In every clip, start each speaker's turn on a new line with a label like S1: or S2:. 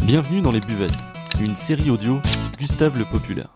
S1: Bienvenue dans Les Buvettes, une série audio Gustave le Populaire.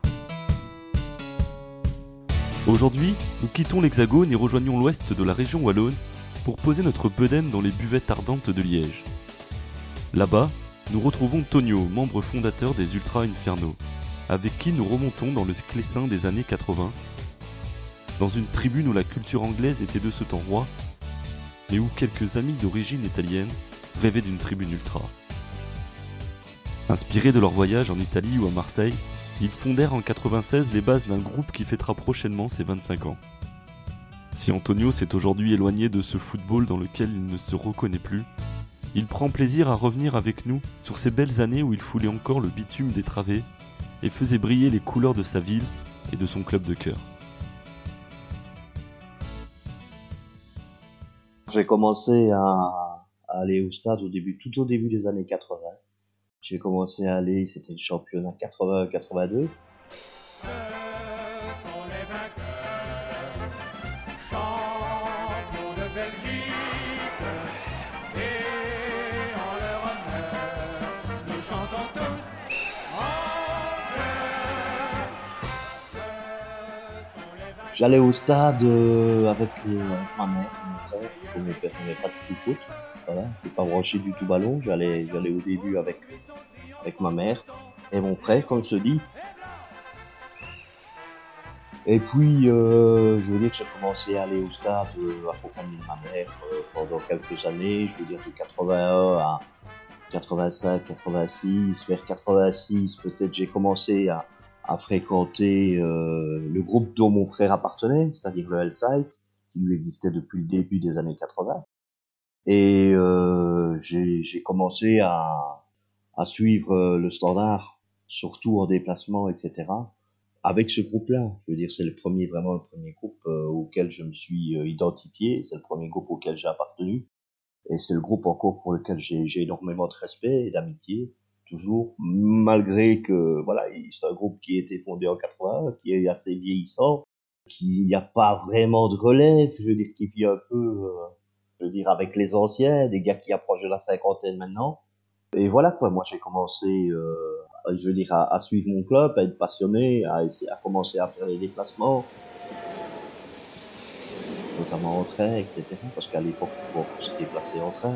S1: Aujourd'hui, nous quittons l'Hexagone et rejoignons l'ouest de la région wallonne pour poser notre bedaine dans les buvettes ardentes de Liège. Là-bas, nous retrouvons Tonio, membre fondateur des Ultras Infernaux, avec qui nous remontons dans le Clessin des années 80, dans une tribune où la culture anglaise était de ce temps roi, mais où quelques amis d'origine italienne rêvaient d'une tribune ultra. Inspirés de leur voyage en Italie ou à Marseille, ils fondèrent en 96 les bases d'un groupe qui fêtera prochainement ses 25 ans. Si Antonio s'est aujourd'hui éloigné de ce football dans lequel il ne se reconnaît plus, il prend plaisir à revenir avec nous sur ces belles années où il foulait encore le bitume des travées et faisait briller les couleurs de sa ville et de son club de cœur.
S2: J'ai commencé à aller au stade tout au début des années 80. J'ai commencé à aller, c'était le championnat 80-82. J'allais au stade avec ma mère, mon frère, parce que mon père n'aimait pas du tout le foot. Voilà, il n'était pas branché du tout ballon. J'allais au début avec ma mère et mon frère, comme je te dis. Et puis, je veux dire que j'ai commencé à aller au stade accompagné de ma mère pendant quelques années. Je veux dire de 81 à 85, 86. Vers 86, peut-être j'ai commencé à fréquenter le groupe dont mon frère appartenait, c'est-à-dire le Hellside, qui lui existait depuis le début des années 80. Et j'ai commencé à suivre le Standard, surtout en déplacement, etc. avec ce groupe-là. Je veux dire, c'est vraiment le premier groupe auquel je me suis identifié, c'est le premier groupe auquel j'ai appartenu, et c'est le groupe encore pour lequel j'ai énormément de respect et d'amitié, toujours, malgré que, voilà, c'est un groupe qui a été fondé en 80, qui est assez vieillissant, qui n'y a pas vraiment de relève, je veux dire, qui vit un peu, je veux dire, avec les anciens, des gars qui approchent de la cinquantaine maintenant. Et voilà quoi, moi j'ai commencé, je veux dire, à suivre mon club, à être passionné, à commencer à faire les déplacements, notamment en train, etc. Parce qu'à l'époque, il faut encore se déplacer en train.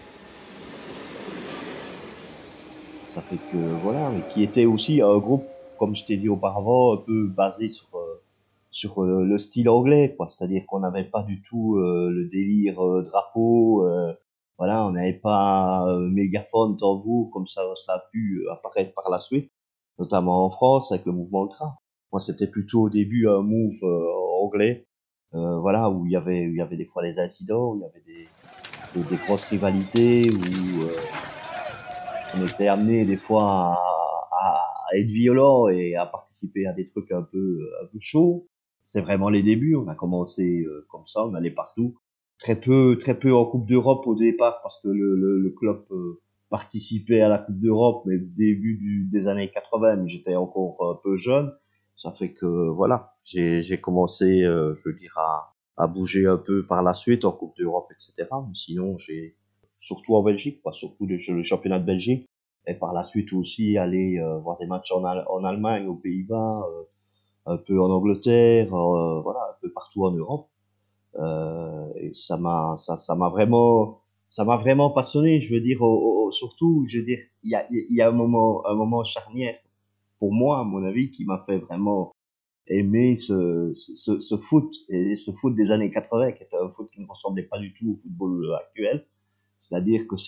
S2: Ça fait que voilà, mais qui était aussi un groupe, comme je t'ai dit auparavant, un peu basé sur le style anglais, quoi. C'est-à-dire qu'on n'avait pas du tout le délire drapeau. Voilà, on n'avait pas mégaphone, tambour, comme ça a pu apparaître par la suite, notamment en France avec le mouvement ultra. Moi, c'était plutôt au début un move anglais, voilà, où il y avait des fois des incidents, où il y avait des grosses rivalités, où on était amené des fois à être violent et à participer à des trucs un peu chauds. C'est vraiment les débuts. On a commencé comme ça, on allait partout. Très peu en Coupe d'Europe au départ parce que le club participait à la Coupe d'Europe, mais début des années 80, mais j'étais encore un peu jeune. Ça fait que voilà, j'ai commencé, je veux dire, à bouger un peu par la suite en Coupe d'Europe, etc. Mais sinon, j'ai surtout en Belgique, quoi, surtout le championnat de Belgique, et par la suite aussi aller voir des matchs en Allemagne, aux Pays-Bas, un peu en Angleterre, voilà, un peu partout en Europe. Et ça m'a vraiment passionné. Je veux dire, surtout, je veux dire, il y a un moment charnière pour moi, à mon avis, qui m'a fait vraiment aimer ce foot, et ce foot des années 80, qui était un foot qui ne ressemblait pas du tout au football actuel. C'est-à-dire que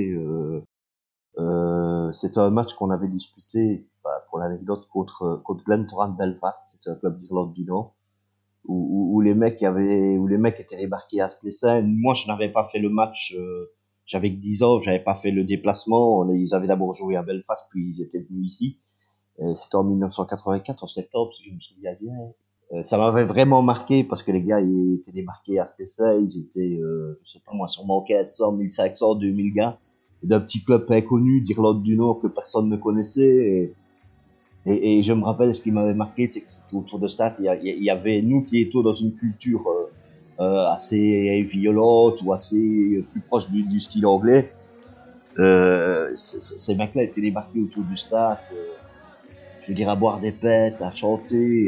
S2: c'était un match qu'on avait disputé, pour l'anecdote, contre Glentoran Belfast. C'était un club d'Irlande du Nord, où les mecs étaient débarqués à Clessin. Moi, je n'avais pas fait le match, j'avais que 10 ans, j'avais pas fait le déplacement. Ils avaient d'abord joué à Belfast, puis ils étaient venus ici. C'était en 1984, en septembre, si je me souviens bien. Ça m'avait vraiment marqué parce que les gars, ils étaient débarqués à Clessin, ils étaient, je sais pas moi, sûrement 1500, 1500, 2000 gars, d'un petit club inconnu d'Irlande du Nord que personne ne connaissait. Et je me rappelle, ce qui m'avait marqué, c'est que c'était autour de stade, il y avait nous qui étions dans une culture assez violente ou assez plus proche du style anglais. Ces mecs-là étaient débarqués autour du stade, je veux dire, à boire des pètes, à chanter.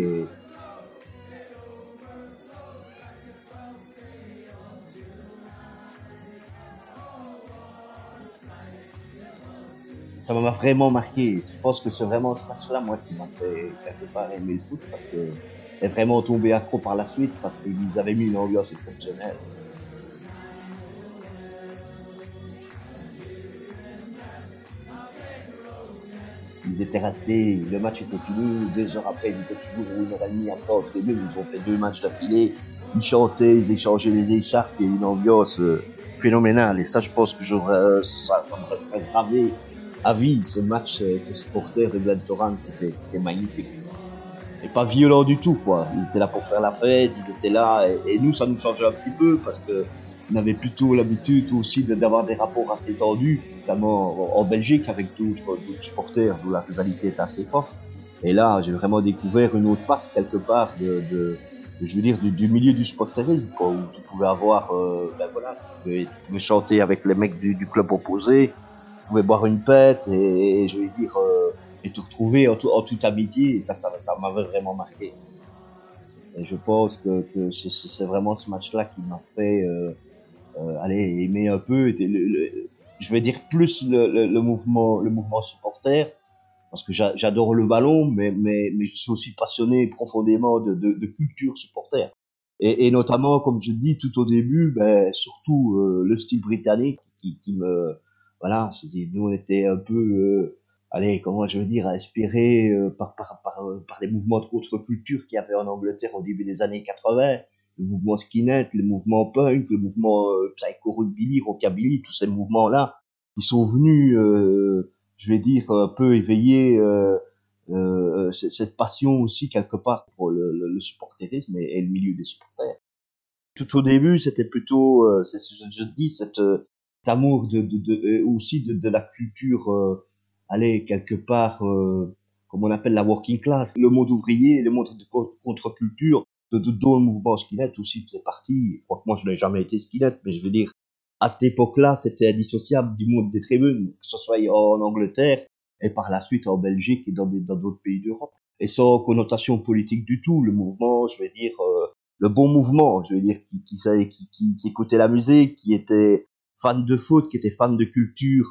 S2: Ça m'a vraiment marqué. Je pense que c'est vraiment ce match-là, moi, qui m'a fait quelque part aimer le foot, parce que est vraiment tombé accro par la suite, parce qu'ils avaient mis une ambiance exceptionnelle. Ils étaient restés, le match était fini, 2 heures après, ils étaient toujours, ou 1 heure et demie après, entre les deux, ils ont fait 2 matchs d'affilée, ils chantaient, ils échangeaient les écharpes, il y a une ambiance phénoménale, et ça, je pense que ça me resterait gravé à vie, ce match, ces supporters de Glentoran, qui était magnifique. Et pas violent du tout, quoi. Ils étaient là pour faire la fête, ils étaient là, et nous, ça nous changeait un petit peu, parce que on avait plutôt l'habitude aussi d'avoir des rapports assez tendus, notamment en Belgique, avec d'autres supporters, où la rivalité est assez forte. Et là, j'ai vraiment découvert une autre face, quelque part, je veux dire, du milieu du supporterisme, quoi, où tu pouvais avoir, ben voilà, tu pouvais chanter avec les mecs du club opposé, tu pouvais boire une pète, et je veux dire, et te retrouver en toute amitié, et ça m'avait vraiment marqué. Et je pense que c'est vraiment ce match-là qui m'a fait, allez, aimer un peu, je vais dire plus le mouvement supporter, parce que j'adore le ballon, mais je suis aussi passionné profondément de culture supporter. Et notamment, comme je dis tout au début, ben, surtout le style britannique qui me, voilà, nous on était un peu, allez, comment je veux dire, inspiré par les mouvements de contre-culture qu'il y avait en Angleterre au début des années 80, le mouvement skinhead, le mouvement punk, le mouvement psycho-rockabilly, rockabilly, tous ces mouvements-là, qui sont venus, je vais dire, un peu éveiller cette passion aussi quelque part pour le supporterisme et le milieu des supporters. Tout au début, c'était plutôt, c'est ce que je dis, cet amour aussi de la culture, allez, quelque part, comme on appelle la working class, le mode ouvrier, le mode de contre-culture, dont le mouvement skinhead aussi faisait partie. Je crois que moi, je n'ai jamais été skinhead, mais je veux dire, à cette époque-là, c'était indissociable du monde des tribunes, que ce soit en Angleterre et par la suite en Belgique et dans d'autres pays d'Europe. Et sans connotation politique du tout, le mouvement, je veux dire, le bon mouvement, je veux dire, qui écoutait la musique, qui était fan de foot, qui était fan de culture,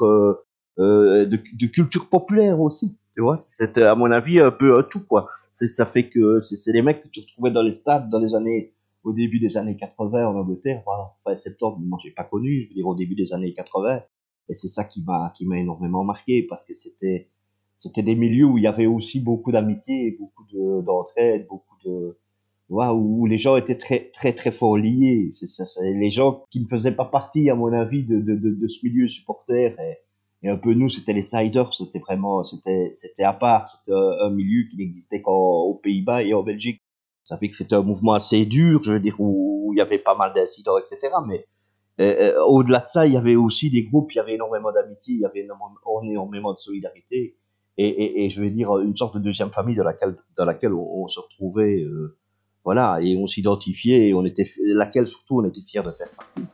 S2: de culture populaire aussi. Tu vois, c'était à mon avis un peu un tout, quoi. Ça fait que c'est les mecs que tu retrouvais dans les stades dans les années, au début des années 80 en Angleterre, enfin 70, moi j'ai pas connu, je veux dire au début des années 80. Et c'est ça qui m'a énormément marqué, parce que c'était des milieux où il y avait aussi beaucoup d'amitié, beaucoup d'entraide, beaucoup de, ouais, où les gens étaient très très très fort liés. C'est les gens qui ne faisaient pas partie, à mon avis, de ce milieu supporter, et un peu nous, c'était les siders, c'était vraiment, c'était à part, c'était un milieu qui n'existait qu'aux Pays-Bas et en Belgique. Ça fait que c'était un mouvement assez dur, je veux dire, où il y avait pas mal d'incidents, etc. Mais au-delà de ça, il y avait aussi des groupes, il y avait énormément d'amitié, il y avait énormément de solidarité, et je vais dire une sorte de deuxième famille dans laquelle on se retrouvait, voilà, et on s'identifiait, et laquelle surtout on était fiers de faire partie.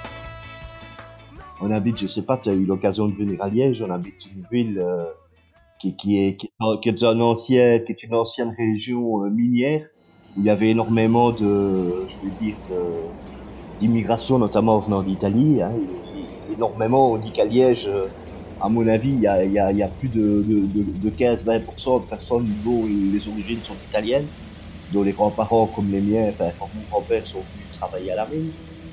S2: On habite, je sais pas, tu as eu l'occasion de venir à Liège, on habite une ville qui est une ancienne région minière où il y avait énormément de, je vais dire, d'immigration, notamment venant d'Italie. Hein, énormément. On dit qu'à Liège, à mon avis, il y a plus de 15-20% de personnes dont les origines sont italiennes, dont les grands-parents, comme les miens, enfin, comme mon grand-père, sont venus travailler à la mine.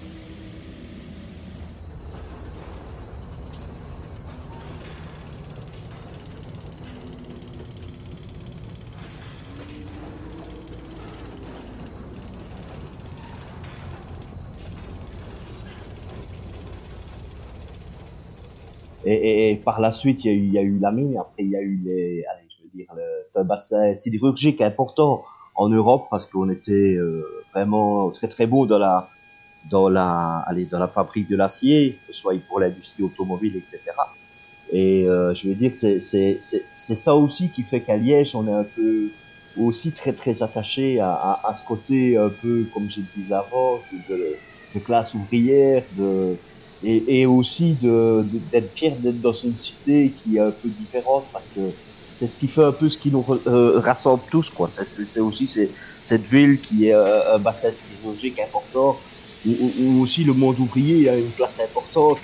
S2: Et par la suite, il y a eu la mine. Après, il y a eu allez, je veux dire, c'est un bassin sidérurgique important en Europe parce qu'on était vraiment très très beau dans la fabrique de l'acier, que ce soit pour l'industrie automobile, etc. Et je veux dire que c'est ça aussi qui fait qu'à Liège, on est un peu aussi très très attaché à ce côté un peu, comme je le disais avant, de classe ouvrière, et aussi d'être fier d'être dans une cité qui est un peu différente parce que c'est ce qui fait un peu ce qui nous rassemble tous, quoi. C'est aussi cette ville qui est un bassin sidérurgique important, où aussi le monde ouvrier a une place importante.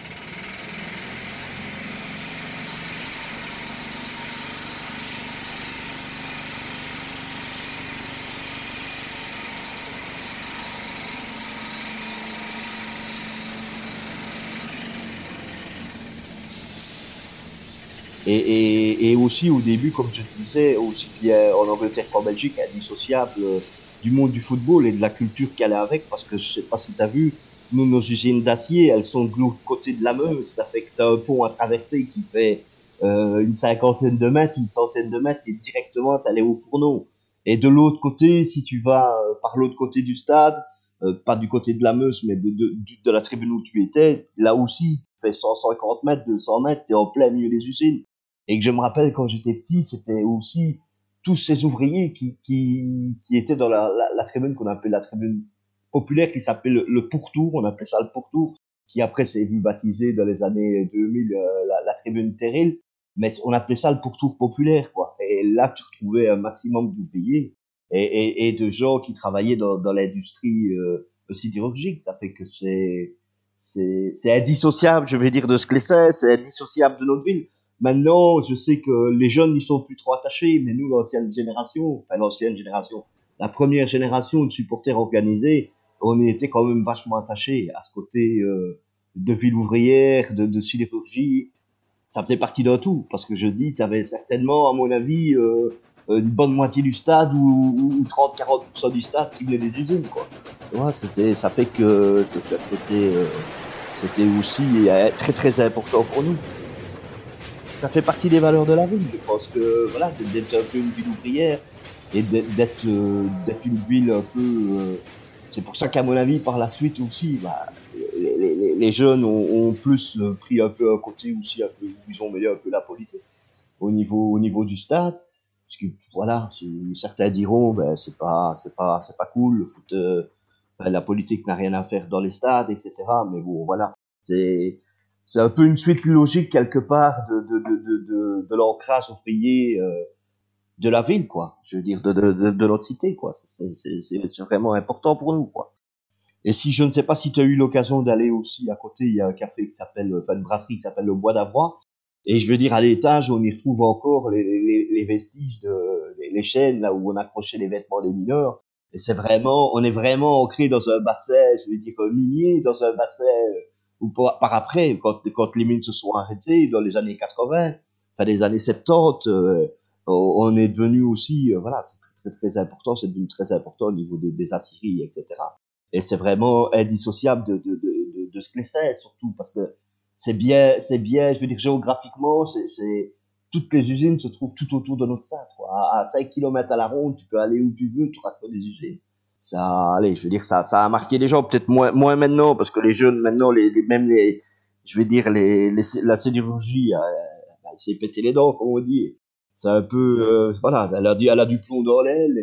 S2: Et aussi au début, comme je te disais, aussi bien en Angleterre qu'en Belgique, indissociable du monde du football et de la culture qu'elle a avec, parce que je sais pas si tu as vu, nous, nos usines d'acier, elles sont de l'autre côté de la Meuse, ça fait que tu as un pont à traverser qui fait une cinquantaine de mètres, une centaine de mètres, et directement t'allais au fourneau. Et de l'autre côté, si tu vas par l'autre côté du stade, pas du côté de la Meuse, mais de la tribune où tu étais, là aussi, tu fais 150 mètres, 200 mètres, t'es en plein milieu des usines. Et que je me rappelle quand j'étais petit, c'était aussi tous ces ouvriers qui étaient dans la tribune qu'on appelait la tribune populaire, qui s'appelait le pourtour, on appelait ça le pourtour, qui après s'est vu baptiser dans les années 2000 la tribune terril, mais on appelait ça le pourtour populaire, quoi. Et là, tu retrouvais un maximum d'ouvriers et de gens qui travaillaient dans l'industrie sidérurgique. Ça fait que c'est indissociable, je vais dire, de ce que c'est indissociable de notre ville. Maintenant, je sais que les jeunes n'y sont plus trop attachés, mais nous, l'ancienne génération, la première génération de supporters organisés, on y était quand même vachement attachés à ce côté de ville ouvrière, de sidérurgie. Ça faisait partie d'un tout, parce que je dis, tu avais certainement, à mon avis, une bonne moitié du stade ou 30-40% du stade qui venait des usines, quoi. Ouais, ça fait que c'était aussi très très important pour nous. Ça fait partie des valeurs de la ville. Je pense que voilà, d'être un peu une ville ouvrière et d'être une ville un peu. C'est pour ça qu'à mon avis, par la suite aussi, bah, les jeunes ont plus pris un peu un côté aussi un peu où ils ont mêlé un peu la politique au niveau du stade. Parce que voilà, certains diront, ben c'est pas cool, le foot, enfin, la politique n'a rien à faire dans les stades, etc. Mais bon, voilà, c'est c'est un peu une suite logique quelque part de l'ancrage ouvrier de la ville, quoi. Je veux dire de notre cité, quoi. C'est vraiment important pour nous, quoi. Et si je ne sais pas si tu as eu l'occasion d'aller aussi à côté, il y a un café qui s'appelle, enfin une brasserie qui s'appelle le Bois d'Avroy. Et je veux dire, à l'étage, on y retrouve encore les vestiges les chaînes là où on accrochait les vêtements des mineurs. Et on est vraiment ancré dans un bassin, je veux dire, minier, dans un bassin où par après, quand les mines se sont arrêtées dans les années 80, enfin les années 70, on est devenu aussi, voilà, très, très, très important, c'est devenu très important au niveau des aciéries, etc. Et c'est vraiment indissociable de ce que c'est, surtout parce que c'est bien, je veux dire, géographiquement, toutes les usines se trouvent tout autour de notre stade, quoi. À 5 kilomètres à la ronde, tu peux aller où tu veux, tu rates pas des usines. Ça, allez, je veux dire, ça a marqué les gens, peut-être moins maintenant, parce que les jeunes, maintenant, même je vais dire, la sidérurgie, elle s'est pété les dents, comme on dit. C'est un peu, voilà, elle a du plomb dans l'aile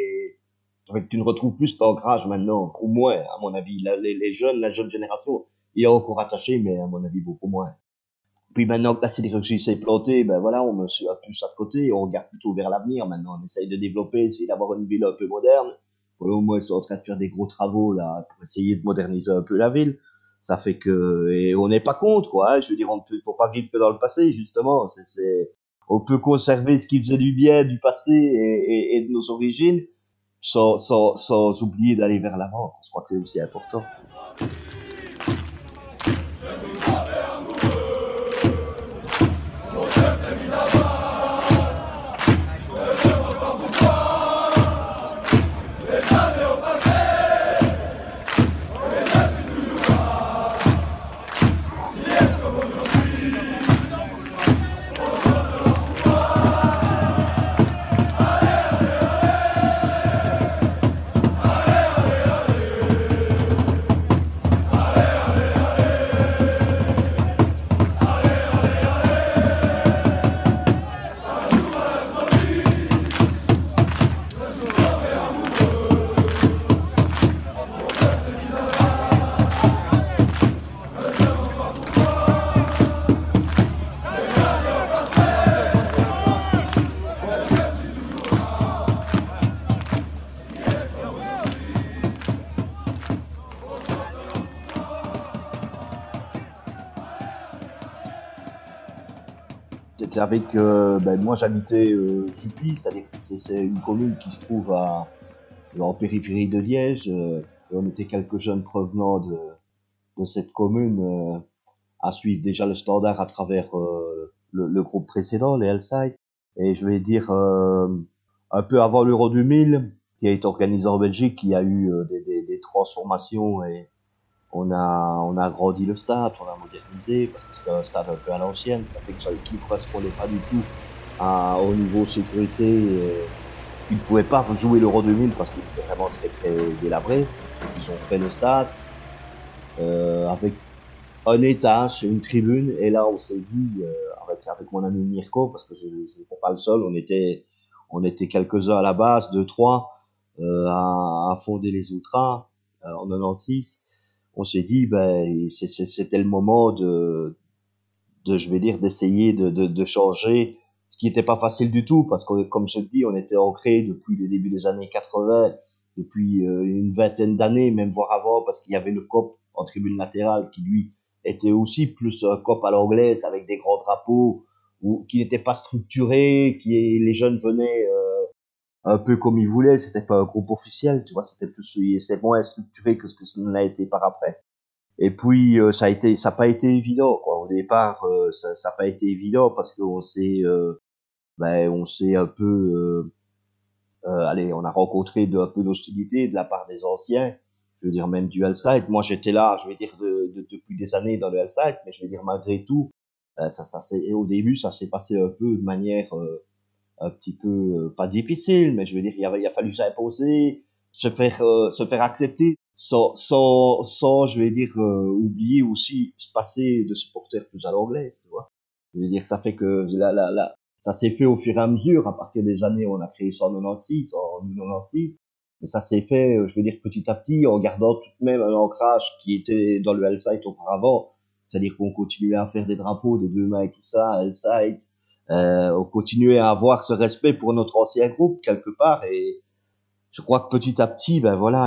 S2: tu ne retrouves plus cet ancrage maintenant, ou moins, à mon avis. La jeune génération y est encore attachée, mais à mon avis, beaucoup moins. Puis maintenant que la sidérurgie s'est plantée, ben voilà, on met un peu ça de côté, on regarde plutôt vers l'avenir. Maintenant, on essaye de développer, essayer d'avoir une ville un peu moderne. Voilà, au moins, ils sont en train de faire des gros travaux là pour essayer de moderniser un peu la ville. Ça fait que, et on n'est pas contre, quoi. Hein. Je veux dire, on ne faut pas vivre que dans le passé, justement. On peut conserver ce qui faisait du bien du passé et de nos origines, sans oublier d'aller vers l'avant. Je crois que c'est aussi important. C'est avec, ben, moi j'habitais Jupy, c'est-à-dire que c'est une commune qui se trouve en périphérie de Liège. Et on était quelques jeunes provenant de cette commune à suivre déjà le standard à travers le groupe précédent, les Hellside. Et je vais dire, un peu avant l'Euro 2000, qui a été organisé en Belgique, qui a eu des transformations et on a agrandi le stade, on a modernisé parce que c'était un stade un peu à l'ancienne. Ça fait que qui ne correspondait pas du tout au niveau sécurité. Ils ne pouvaient pas jouer l'Euro 2000 parce qu'il était vraiment très très délabré. Donc ils ont fait le stade avec un étage, une tribune. Et là, on s'est dit avec mon ami Mirko, parce que je n'étais pas le seul, on était quelques-uns à la base, deux trois, à fonder les Ultras en 96. On s'est dit ben c'était le moment de je vais dire d'essayer de changer, ce qui n'était pas facile du tout parce que comme je te dis on était ancré depuis le début des années 80, depuis une vingtaine d'années, même voire avant, parce qu'il y avait le COP en tribune latérale qui lui était aussi plus un COP à l'anglaise avec des grands drapeaux, ou qui n'était pas structuré, qui les jeunes venaient un peu comme ils voulaient, c'était pas un groupe officiel, tu vois, c'était moins structuré que ce que ça l'a été par après. Et puis ça a pas été évident quoi. Au départ, ça a pas été évident parce qu'on on s'est un peu, allez, on a rencontré un peu d'hostilité de la part des anciens. Je veux dire même du Hellside. Moi j'étais là, je vais dire depuis des années dans le Hellside, mais je veux dire malgré tout, ça c'est au début ça s'est passé un peu de manière un petit peu pas difficile, mais je veux dire il a fallu s'imposer, se faire accepter, sans je vais dire oublier aussi se passer de supporters plus à l'anglaise, tu vois. Je veux dire ça fait que ça s'est fait au fur et à mesure à partir des années où on a créé ça en 96, en 96. Mais ça s'est fait, je veux dire, petit à petit, en gardant tout de même un ancrage qui était dans le Hellside auparavant. C'est-à-dire qu'on continuait à faire des drapeaux, des deux mains et tout ça, Hellside, on continuait à avoir ce respect pour notre ancien groupe quelque part et je crois que petit à petit ben voilà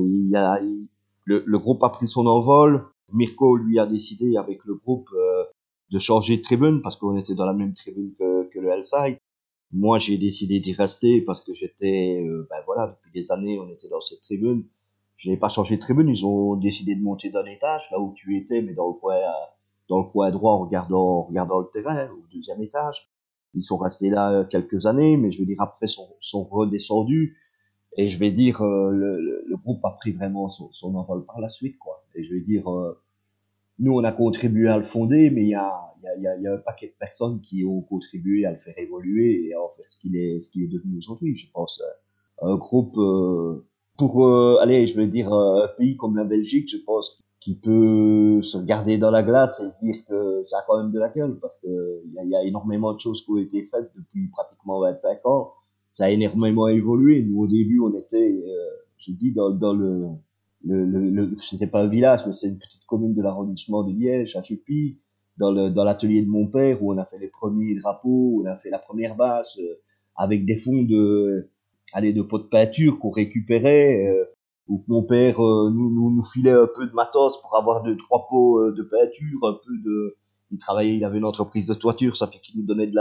S2: le groupe a pris son envol. Mirko lui a décidé avec le groupe de changer de tribune parce qu'on était dans la même tribune que le Hellside. Moi j'ai décidé d'y rester parce que j'étais ben voilà depuis des années on était dans cette tribune. Je n'ai pas changé de tribune, ils ont décidé de monter d'un étage là où tu étais mais dans le coin droit en regardant le terrain au deuxième étage. Ils sont restés là quelques années, mais je veux dire après sont redescendus et je vais dire le groupe a pris vraiment son envol par la suite quoi. Et je vais dire nous on a contribué à le fonder, mais il y a un paquet de personnes qui ont contribué à le faire évoluer et à en faire ce qu'il est devenu aujourd'hui. Je pense un groupe pour allez je vais dire un pays comme la Belgique, je pense qui peut se regarder dans la glace et se dire que ça a quand même de la gueule parce que il y a énormément de choses qui ont été faites depuis pratiquement 25 ans. Ça a énormément évolué. Nous au début on était je dis dans c'était pas un village mais c'est une petite commune de l'arrondissement de Liège à Chupy. dans l'atelier de mon père où on a fait les premiers drapeaux, où on a fait la première bâche avec des fonds de pots de peinture qu'on récupérait, où mon père nous filait un peu de matos pour avoir deux trois pots de peinture, un peu de il travaillait, il avait une entreprise de toiture, ça fait qu'il nous donnait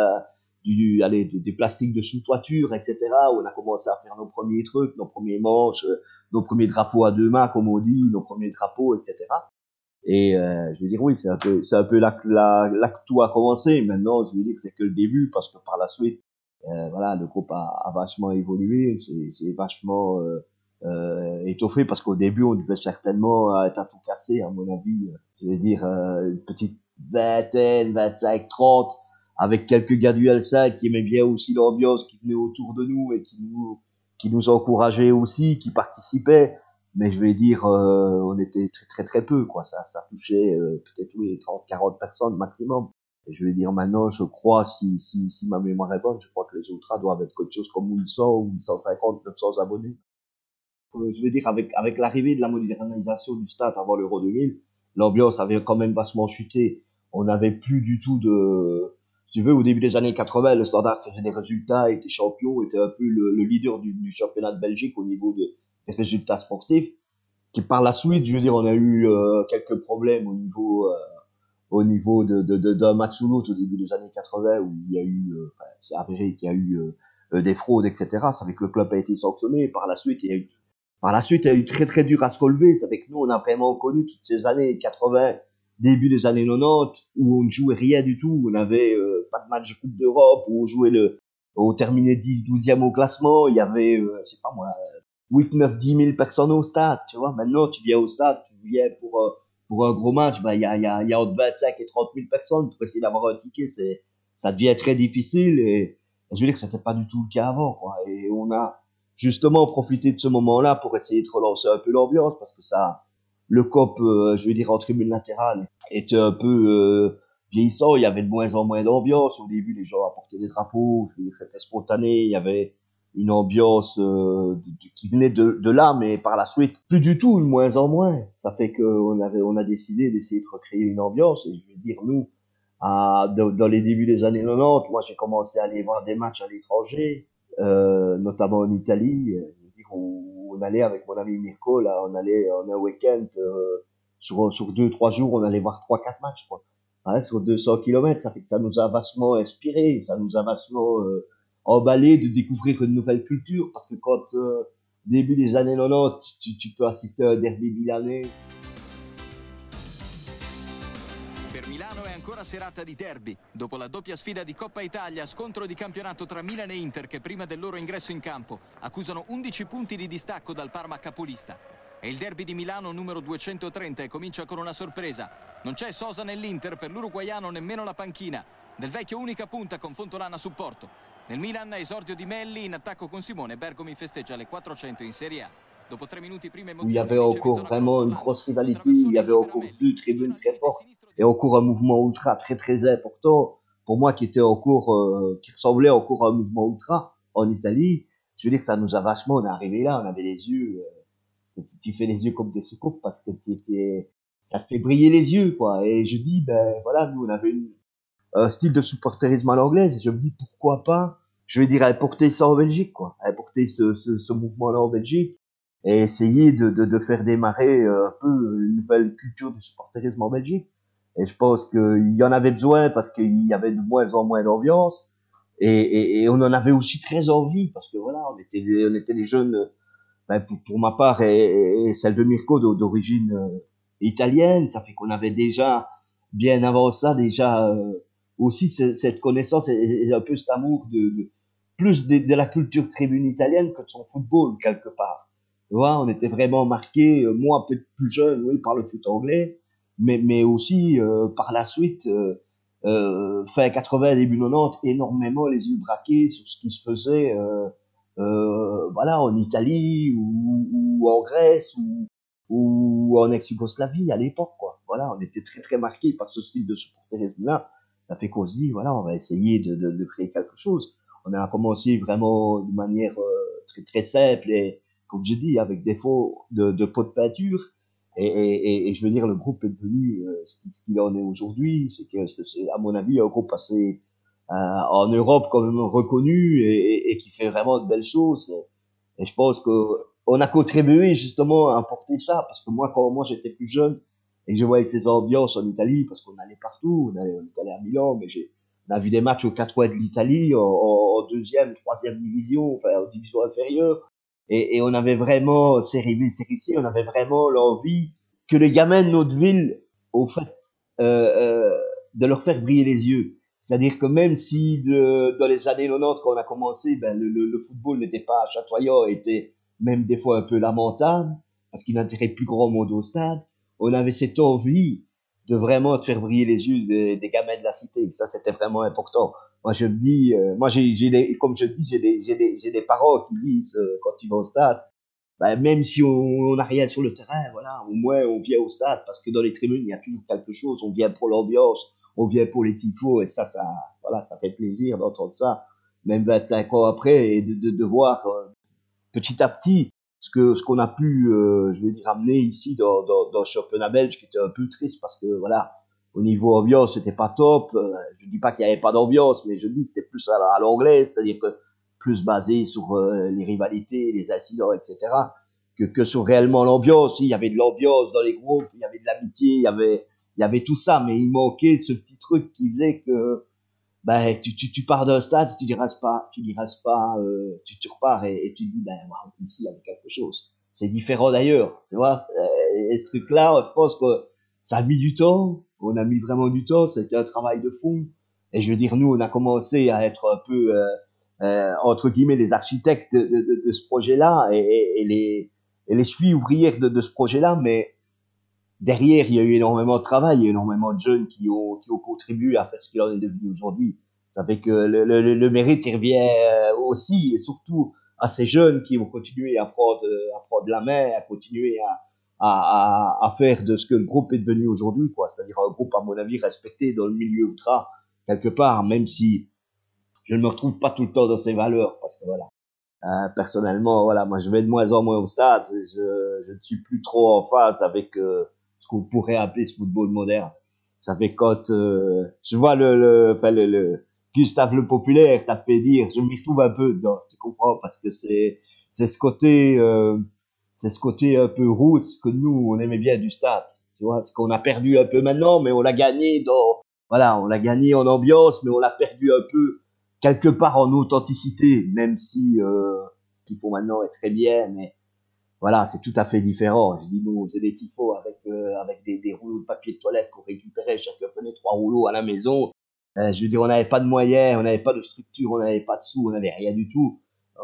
S2: des plastiques de sous-toiture, etc. Où on a commencé à faire nos premiers trucs, nos premiers manches, nos premiers drapeaux à deux mains, comme on dit, nos premiers drapeaux, etc. Et je veux dire, oui, c'est un peu là que tout a commencé. Maintenant, je veux dire que c'est que le début, parce que par la suite, voilà, le groupe a vachement évolué, c'est vachement étoffé, parce qu'au début, on devait certainement être à tout casser, à mon avis. Je veux dire, une petite vingtaine, 25, 30, avec quelques gars du L5 qui aimaient bien aussi l'ambiance, qui venaient autour de nous et qui nous encourageaient aussi, qui participaient. Mais je vais dire, on était très très très peu, quoi. Ça touchait peut-être oui 30, 40 personnes maximum. Et je vais dire maintenant, je crois, si ma mémoire est bonne, je crois que les Ultras doivent être quelque chose comme 800 ou 850, 900 abonnés. Je veux dire, avec l'arrivée de la modernisation du stade avant l'Euro 2000, l'ambiance avait quand même vachement chuté. On n'avait plus du tout de... Si tu veux, au début des années 80, le Standard faisait des résultats, était champion, était un peu le leader du championnat de Belgique au niveau des résultats sportifs. Qui par la suite, je veux dire, on a eu quelques problèmes au niveau d'un match ou l'autre au début des années 80 où il y a eu, c'est avéré qu'il y a eu des fraudes, etc. Ça fait que le club a été sanctionné. Par la suite, il y a eu très très dur à se relever. Ça fait que nous, on a vraiment connu toutes ces années 80, début des années 90, où on ne jouait rien du tout. On n'avait pas de match de Coupe d'Europe, où on terminait 10, 12e au classement. Il y avait, je sais pas moi, 8, 9, 10 000 personnes au stade, tu vois. Maintenant, tu viens au stade, tu viens pour un gros match, bah, il y a entre 25 et 30 000 personnes pour essayer d'avoir un ticket. Ça devient très difficile et je veux dire que c'était pas du tout le cas avant, quoi. Et on a justement profité de ce moment-là pour essayer de relancer un peu l'ambiance parce que le COP, je veux dire, en tribune latérale était un peu, vieillissant. Il y avait de moins en moins d'ambiance. Au début, les gens apportaient des drapeaux. Je veux dire que c'était spontané. Il y avait une ambiance qui venait de là, mais par la suite, plus du tout, de moins en moins. Ça fait on a décidé d'essayer de recréer une ambiance. Et je veux dire, nous, dans les débuts des années 90, moi, j'ai commencé à aller voir des matchs à l'étranger, notamment en Italie. Je veux dire, on allait avec mon ami Mirko, là, on allait en un week-end, sur 2, 3 jours, on allait voir 3, 4 matchs, quoi. Ouais, sur 200 kilomètres, ça fait que ça nous a vachement inspiré, ça nous a vachement emballé de découvrir une nouvelle culture, parce que quand début des années 90, tu peux assister à un derby milanais.
S3: Per Milano è ancora serata di derby. Dopo la doppia sfida di Coppa Italia, scontro di campionato tra Milan e Inter che prima del loro ingresso in campo accusano 11 punti di distacco dal Parma capolista. È il derby di Milano numero 230 e comincia con una sorpresa. Non c'è Sosa nell'Inter, per l'uruguaiano nemmeno la panchina. Del vecchio unica punta con Fontolana a supporto. Nel Milan esordio di Melli in attacco con Simone. Bergomi festeggia le 400 in Serie A. Dopo 3 minuti prima
S2: Où il y
S3: emozione
S2: avait
S3: riceve in
S2: encore
S3: zona
S2: vraiment une
S3: cross
S2: grosse
S3: Orlando.
S2: rivalité, où il y avait encore deux tribunes très fortes et encore un mouvement ultra très très important pour moi qui était encore qui ressemblait encore à un mouvement ultra en Italie. Je veux dire que ça nous a vachement, on est arrivé là, on avait les yeux, tu fais les yeux comme des soucoupes parce que ça te fait briller les yeux, quoi. Et je dis, ben voilà, nous on avait un style de supporterisme à l'anglaise et je me dis pourquoi pas, je vais dire, importer ça en Belgique, quoi. Importer ce mouvement-là en Belgique et essayer de faire démarrer un peu une nouvelle culture du supporterisme en Belgique. Et je pense qu'il y en avait besoin parce qu'il y avait de moins en moins d'ambiance. Et on en avait aussi très envie parce que voilà, on était des jeunes, ben, pour ma part et celle de Mirko d'origine italienne. Ça fait qu'on avait déjà, bien avant ça, déjà aussi cette connaissance et un peu cet amour plus de la culture tribune italienne que de son football, quelque part. Tu vois, on était vraiment marqué, moi un peu plus jeune, oui, par le foot anglais, mais aussi par la suite, fin 80, début 90, énormément les yeux braqués sur ce qui se faisait, voilà, en Italie ou en Grèce ou en ex-Yougoslavie à l'époque, quoi. Voilà, on était très très marqués par ce style de supporterisme-là. Ça fait qu'on se dit, voilà, on va essayer de créer quelque chose. On a commencé vraiment de manière très très simple et, comme je dis, avec des fonds de pots de peinture. Et je veux dire, le groupe est devenu ce qu'il en est aujourd'hui. C'est que c'est, à mon avis, un groupe assez en Europe quand même reconnu et qui fait vraiment de belles choses. Et je pense que on a contribué justement à apporter ça, parce que moi, quand moi j'étais plus jeune et que je voyais ces ambiances en Italie, parce qu'on allait partout, on est allé à Milan, mais on a vu des matchs aux quatre coins de l'Italie, en deuxième, troisième division, enfin en division inférieure, et on avait vraiment, série C, on avait vraiment l'envie que les gamins de notre ville, au fait, de leur faire briller les yeux. C'est-à-dire que même si dans les années 90, quand on a commencé, ben, le football n'était pas chatoyant, était même des fois un peu lamentable, parce qu'il n'intéressait plus grand monde au stade, on avait cette envie de vraiment te faire briller les yeux des gamins de la cité. Ça, c'était vraiment important. Moi, je me dis, moi, comme je dis, j'ai des parents qui disent, quand ils vont au stade, bah, même si on n'a rien sur le terrain, voilà, au moins on vient au stade parce que dans les tribunes il y a toujours quelque chose. On vient pour l'ambiance, on vient pour les tifos et ça, voilà, ça fait plaisir d'entendre ça, même 25 ans après et de voir petit à petit ce qu'on a pu, je veux dire, amener ici dans le championnat belge, qui était un peu triste parce que voilà, au niveau ambiance c'était pas top. Je dis pas qu'il y avait pas d'ambiance, mais je dis c'était plus à l'anglais, c'est-à-dire que plus basé sur les rivalités, les incidents, etc. Que sur réellement l'ambiance. Il y avait de l'ambiance dans les groupes, il y avait de l'amitié, il y avait tout ça, mais il manquait ce petit truc qui faisait que ben tu pars d'un stade, tu repars et tu te dis ben wow, ici il y avait quelque chose. C'est différent d'ailleurs, tu vois. Et ce truc-là, je pense que ça a mis du temps, on a mis vraiment du temps, c'était un travail de fond. Et je veux dire, nous, on a commencé à être un peu entre guillemets les architectes de ce projet-là et les chevilles ouvrières de ce projet-là, mais derrière, il y a eu énormément de travail, il y a eu énormément de jeunes qui ont contribué à faire ce qu'il en est devenu aujourd'hui. Ça fait que le mérite, il revient aussi et surtout à ces jeunes qui vont continuer à prendre la main, à continuer à faire de ce que le groupe est devenu aujourd'hui, quoi. C'est-à-dire un groupe, à mon avis, respecté dans le milieu ultra, quelque part, même si je ne me retrouve pas tout le temps dans ces valeurs, parce que voilà. Personnellement, voilà, moi je vais de moins en moins au stade. Je ne suis plus trop en phase avec ce qu'on pourrait appeler ce football moderne. Ça fait quand je vois le Gustave le populaire, ça me fait dire, je m'y retrouve un peu dedans, tu comprends, parce que c'est ce côté c'est ce côté un peu roots que nous on aimait bien du stade. Tu vois, ce qu'on a perdu un peu maintenant, mais on l'a gagné dans voilà, on l'a gagné en ambiance, mais on l'a perdu un peu quelque part en authenticité, même si ce qu'il faut maintenant est très bien, mais voilà, c'est tout à fait différent. Je dis, nous, on faisait des tifos avec des rouleaux de papier de toilette qu'on récupérait, chacun prenait 3 rouleaux à la maison. Je veux dire, on n'avait pas de moyens, on n'avait pas de structure, on n'avait pas de sous, on n'avait rien du tout.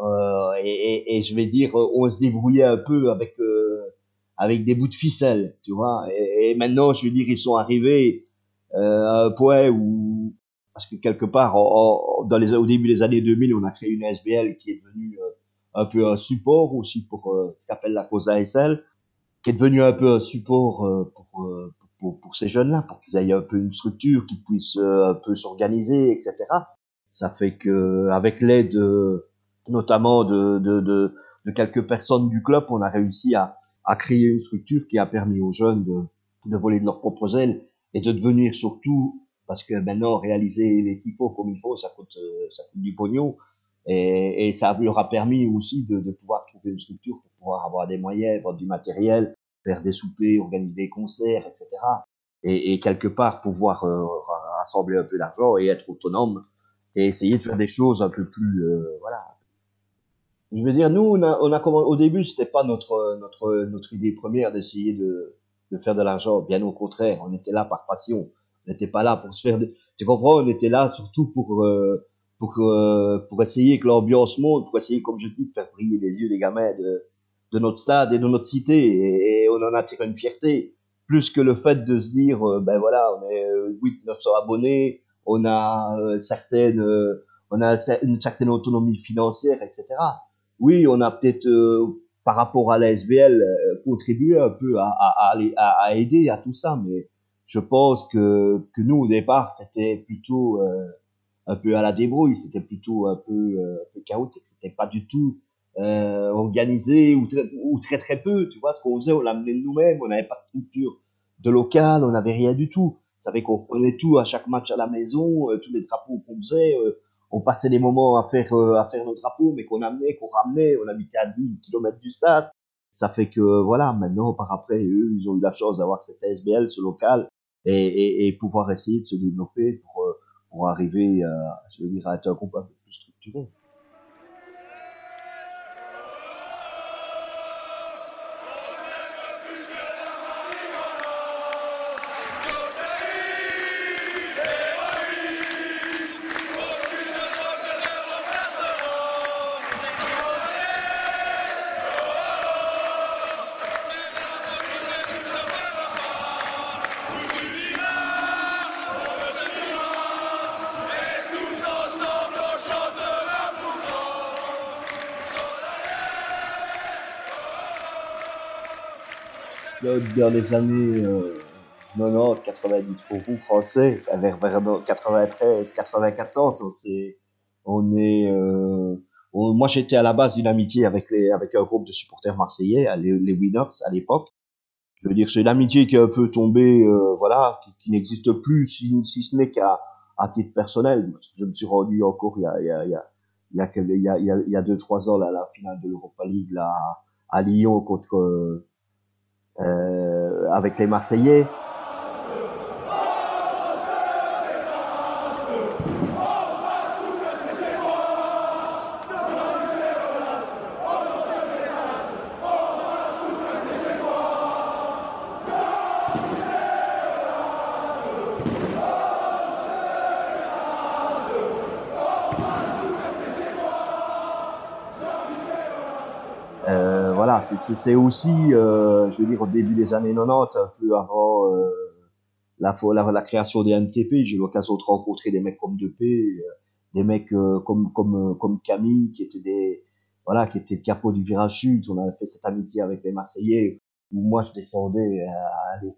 S2: Et je vais dire, on se débrouillait un peu avec des bouts de ficelle, tu vois. Et maintenant, je veux dire, ils sont arrivés à un point où, parce que quelque part, au début des années 2000, on a créé une SBL qui est devenue un peu un support aussi qui s'appelle la cause ASL, qui est devenu un peu un support pour ces jeunes-là, pour qu'ils aient un peu une structure, qu'ils puissent un peu s'organiser, etc. Ça fait que avec l'aide notamment de quelques personnes du club, on a réussi à créer une structure qui a permis aux jeunes de voler de leurs propres ailes et de devenir surtout, parce que maintenant réaliser les tifos comme il faut, ça coûte du pognon, et ça leur a permis aussi de pouvoir trouver une structure pour pouvoir avoir des moyens, vendre du matériel, faire des soupers, organiser des concerts, etc. Et quelque part pouvoir rassembler un peu d'argent et être autonome et essayer de faire des choses un peu plus voilà. Je veux dire, nous on a au début c'était pas notre idée première d'essayer de faire de l'argent, bien au contraire, on était là par passion, on n'était pas là pour se faire tu comprends, on était là surtout pour essayer que l'ambiance monte, pour essayer, comme je dis, de faire briller les yeux des gamins de notre stade et de notre cité, et on en a tiré une fierté, plus que le fait de se dire, ben voilà, on est 800-900 abonnés, on a une certaine autonomie financière, etc. Oui, on a peut-être, par rapport à la SBL, contribué un peu à aider à tout ça, mais je pense que nous, au départ, c'était plutôt un peu à la débrouille, c'était plutôt un peu chaotique, c'était pas du tout organisé ou très très peu. Tu vois, ce qu'on faisait, on l'amenait de nous-mêmes, on n'avait pas de structure de local, on n'avait rien du tout. Ça fait qu'on prenait tout à chaque match à la maison, tous les drapeaux qu'on faisait, on passait des moments à faire nos drapeaux, mais qu'on amenait, qu'on ramenait, on habitait à 10 kilomètres du stade. Ça fait que voilà, maintenant par après, eux, ils ont eu la chance d'avoir cette ASBL, ce local, et pouvoir essayer de se développer pour arriver, je veux dire, à être un groupe un peu plus structuré. Dans les années 90, 90 pour vous français, vers 93, 94, on est, moi j'étais à la base d'une amitié avec un groupe de supporters marseillais, les Winners à l'époque. Je veux dire, c'est une amitié qui est un peu tombée, voilà, qui n'existe plus si ce n'est à titre personnel. Parce que je me suis rendu encore il y a 2-3 ans là, à la finale de l'Europa League là à Lyon contre avec les Marseillais. Voilà, c'est aussi, je veux dire, au début des années 90, un peu avant la création des MTP, j'ai eu l'occasion de rencontrer des mecs comme Depé, des mecs comme Camille, qui étaient voilà, qui étaient capots du virage sud. On avait fait cette amitié avec les Marseillais, où moi je descendais, allez,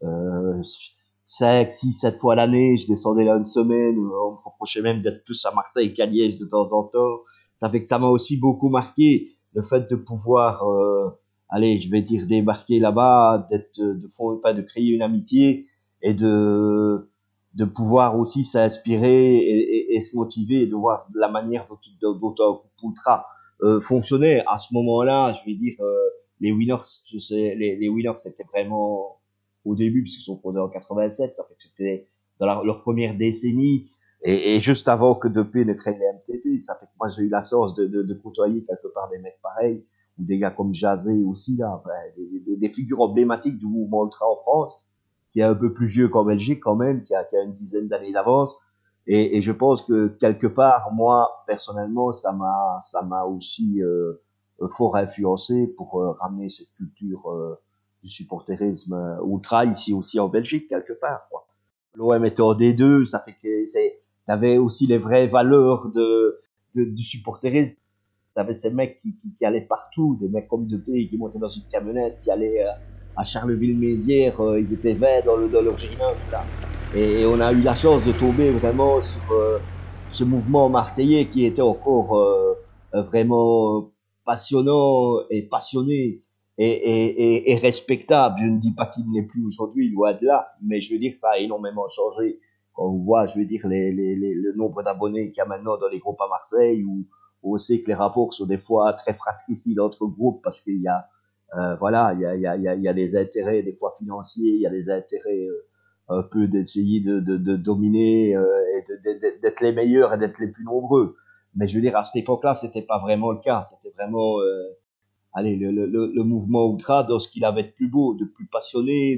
S2: 5, 6, 7 fois l'année, je descendais là une semaine, on me reprochait même d'être plus à Marseille qu'à Liège de temps en temps. Ça fait que ça m'a aussi beaucoup marqué, le fait de pouvoir, allez, je vais dire débarquer là-bas, de créer une amitié et de pouvoir aussi s'inspirer et se motiver et de voir la manière dont un groupe ultra fonctionnait à ce moment-là. Je vais dire, les Winners, je sais, les Winners c'était vraiment au début puisqu'ils sont fondés en 87, ça fait que c'était dans leur première décennie et juste avant que Depé ne crée les MTP. Ça fait que moi j'ai eu la chance de côtoyer quelque part des mecs pareils ou des gars comme Jazé aussi là, des figures emblématiques du mouvement ultra en France, qui est un peu plus vieux qu'en Belgique quand même, qui a une dizaine d'années d'avance. Et je pense que quelque part, moi personnellement, ça m'a aussi fort influencé pour ramener cette culture du supporterisme ultra ici aussi en Belgique quelque part. L'OM était en D2, ça fait que t'avais aussi les vraies valeurs du supporterisme. T'avais ces mecs qui allaient partout, des mecs comme Depé qui montaient dans une camionnette, qui allaient à Charleville-Mézières, ils étaient 20 dans leur G9 là. Et on a eu la chance de tomber vraiment sur ce mouvement marseillais qui était encore vraiment passionnant et passionné et respectable. Je ne dis pas qu'il n'est plus aujourd'hui, loin de là, mais je veux dire que ça a énormément changé. Quand on voit, je veux dire, le nombre d'abonnés qu'il y a maintenant dans les groupes à Marseille, où on sait que les rapports sont des fois très fratricides entre groupes parce qu'il y a voilà, il y a des intérêts des fois financiers, il y a des intérêts un peu d'essayer de dominer d'être les meilleurs et d'être les plus nombreux. Mais je veux dire, à cette époque-là, c'était pas vraiment le cas. C'était vraiment allez, le mouvement ultra dans ce qu'il avait de plus beau, de plus passionné,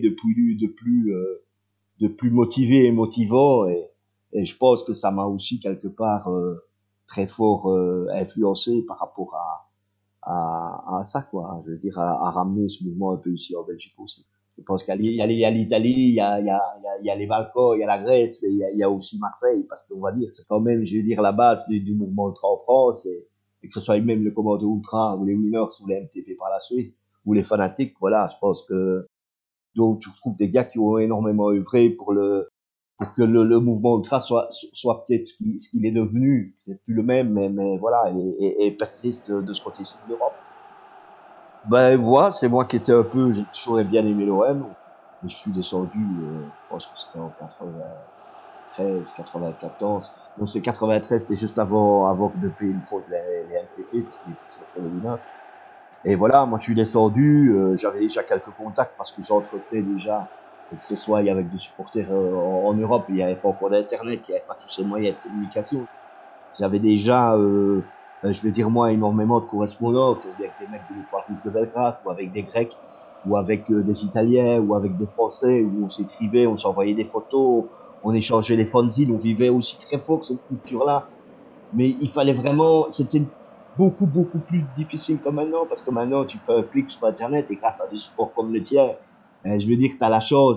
S2: de plus motivé et motivant. Et je pense que ça m'a aussi quelque part très fort influencé par rapport à ça, quoi. Je veux dire, à ramener ce mouvement un peu ici en Belgique aussi. Je pense qu'il y a l'Italie, il y a les Balkans, il y a la Grèce, mais il y a aussi Marseille, parce qu'on va dire, c'est quand même, je veux dire, la base du mouvement ultra en France, et que ce soit même le commando ultra, ou les Winners, ou les MTP par la suite, ou les fanatiques, voilà, je pense que, donc, tu retrouves des gars qui ont énormément œuvré pour que le mouvement ultra soit peut-être ce qu'il est devenu, c'est plus le même, mais voilà, et persiste de ce côté-ci de l'Europe. Ben voilà, c'est moi qui étais un peu, j'ai toujours bien aimé l'OM, mais je suis descendu, je pense que c'était en 93, 94. Donc c'est 93, c'était juste avant que depuis une faute les MTT, parce qu'il était toujours sur le Minas. Et voilà, moi je suis descendu, j'avais déjà quelques contacts parce que j'entretenais déjà, que ce soit avec des supporters en Europe, il n'y avait pas encore d'internet, il n'y avait pas tous ces moyens de communication. J'avais déjà, je vais dire moi, énormément de correspondants, c'est-à-dire avec des mecs de l'Étoile Rouge de Belgrade, ou avec des Grecs, ou avec des Italiens, ou avec des Français, où on s'écrivait, on s'envoyait des photos, on échangeait les fanzines, on vivait aussi très fort cette culture-là. Mais il fallait vraiment, c'était beaucoup plus difficile que maintenant, parce que maintenant tu fais un clic sur Internet et grâce à des supports comme le tien, je veux dire que tu as la chance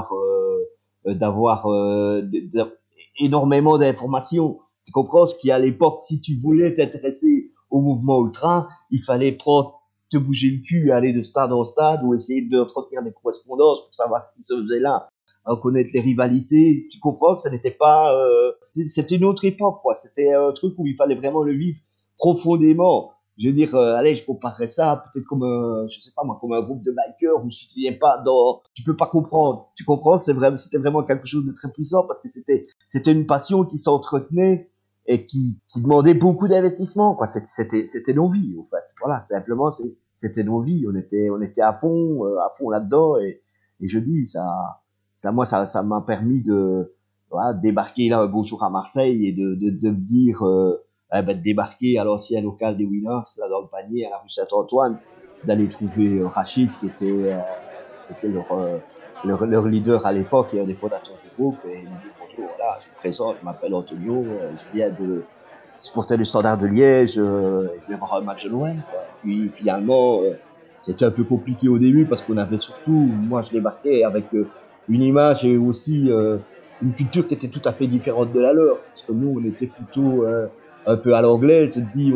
S2: d'avoir énormément d'informations. Tu comprends ce qu'à l'époque, si tu voulais t'intéresser au mouvement ultra, il fallait prendre, te bouger le cul, aller de stade en stade ou essayer d'entretenir des correspondances pour savoir ce qui se faisait là, à connaître les rivalités. Tu comprends, ça n'était pas, c'était une autre époque, quoi. C'était un truc où il fallait vraiment le vivre profondément. Je veux dire, allez, je comparerais ça peut-être comme je sais pas moi, comme un groupe de bikers où si tu viens pas dans, tu peux pas comprendre. Tu comprends, c'était vraiment quelque chose de très puissant parce que c'était une passion qui s'entretenait et qui demandait beaucoup d'investissement, quoi. C'était nos vies, en fait. Voilà, simplement, c'était nos vies. On était à fond là-dedans et je dis, moi, ça m'a permis de, voilà, débarquer là un beau jour à Marseille et de me dire, de débarquer à l'ancien local des Winners, là dans le panier, à la rue Saint-Antoine, d'aller trouver Rachid, qui était leur leader à l'époque et un des fondateurs du groupe, et lui dire bonjour, voilà, je me présente, je m'appelle Antonio, je viens de supporter le Standard de Liège, je vais voir un match de l'OM, quoi. Puis finalement, c'était un peu compliqué au début parce qu'on avait surtout, moi je débarquais avec une image et aussi une culture qui était tout à fait différente de la leur, parce que nous on était plutôt un peu à l'anglaise, dit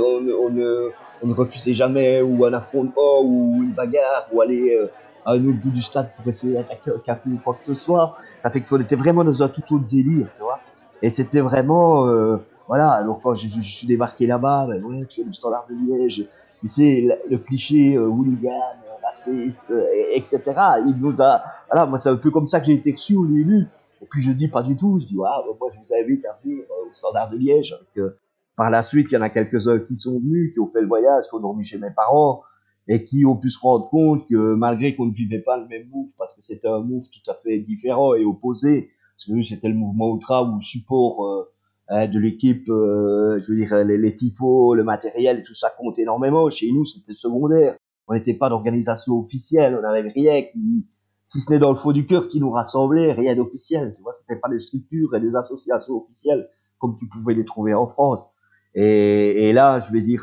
S2: on ne refusait jamais ou un affrontement ou une bagarre ou aller à un autre bout du stade pour essayer d'attaquer un café ou quoi que ce soit. Ça fait qu'on était vraiment dans un tout autre délire, tu vois. Et c'était vraiment voilà, alors quand je suis débarqué là-bas, ben ouais, tu es le Standard de Liège, tu sais, le cliché hooligan, raciste, etc. Il nous a, voilà, moi c'est un peu comme ça que j'ai été reçu au début. Et puis je dis pas du tout, je dis ouais, moi je vous invite à venir au Standard de Liège. Par la suite, il y en a quelques-uns qui sont venus, qui ont fait le voyage, qui ont dormi chez mes parents et qui ont pu se rendre compte que malgré qu'on ne vivait pas le même move, parce que c'était un move tout à fait différent et opposé, parce que nous c'était le mouvement ultra où le support de l'équipe, je veux dire les tifos, le matériel et tout ça compte énormément. Chez nous c'était secondaire, on n'était pas d'organisation officielle, on n'avait rien qui, si ce n'est dans le fond du cœur qui nous rassemblait, rien d'officiel. Tu vois, c'était pas des structures et des associations officielles comme tu pouvais les trouver en France. Et là, je vais dire,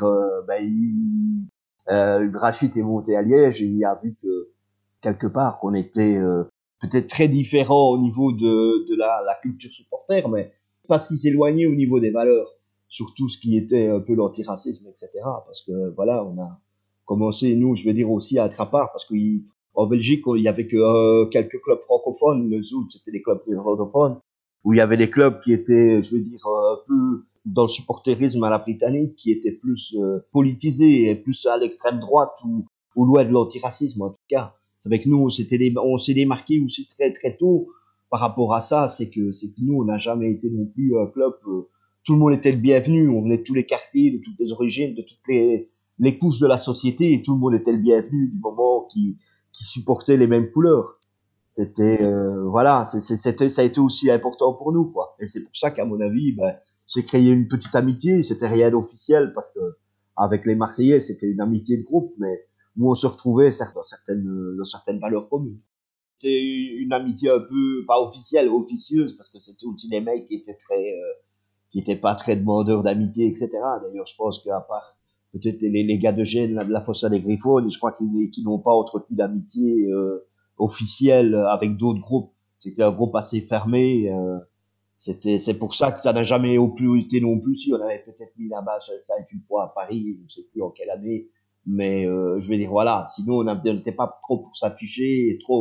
S2: Rachid est monté à Liège et il a vu que quelque part qu'on était peut-être très différent au niveau de la culture supporter, mais pas si éloigné au niveau des valeurs, surtout ce qui était un peu l'antiracisme, etc. Parce que voilà, on a commencé, nous, je vais dire aussi à être à part, parce qu'en Belgique, il y avait que quelques clubs francophones, les autres c'était des clubs néerlandophones, où il y avait des clubs qui étaient, je veux dire, un peu dans le supporterisme à la britannique, qui étaient plus politisés et plus à l'extrême droite ou loin de l'antiracisme en tout cas. C'est avec nous, on s'est démarqué aussi très tôt par rapport à ça, c'est que nous on n'a jamais été non plus un club. Tout le monde était le bienvenu, on venait de tous les quartiers, de toutes les origines, de toutes les couches de la société, et tout le monde était le bienvenu du moment qui supportait les mêmes couleurs. C'était voilà, ça a été aussi important pour nous, quoi. Et c'est pour ça qu'à mon avis, j'ai créé une petite amitié. C'était rien d'officiel parce que avec les Marseillais, c'était une amitié de groupe, mais où on se retrouvait dans certaines valeurs communes. C'était une amitié un peu pas officielle, officieuse, parce que c'était aussi des mecs qui étaient pas très demandeurs d'amitié, etc. D'ailleurs, je pense qu'à part peut-être les gars de Gênes, là, de la Fossa des Griffons, je crois qu'ils n'ont pas entretenu d'amitié officielle avec d'autres groupes. C'était un groupe assez fermé. C'est pour ça que ça n'a jamais au plus été non plus. Si on avait peut-être mis la base ça une fois à Paris, je ne sais plus en quelle année, mais je vais dire voilà. Sinon on n'était pas trop pour s'afficher et trop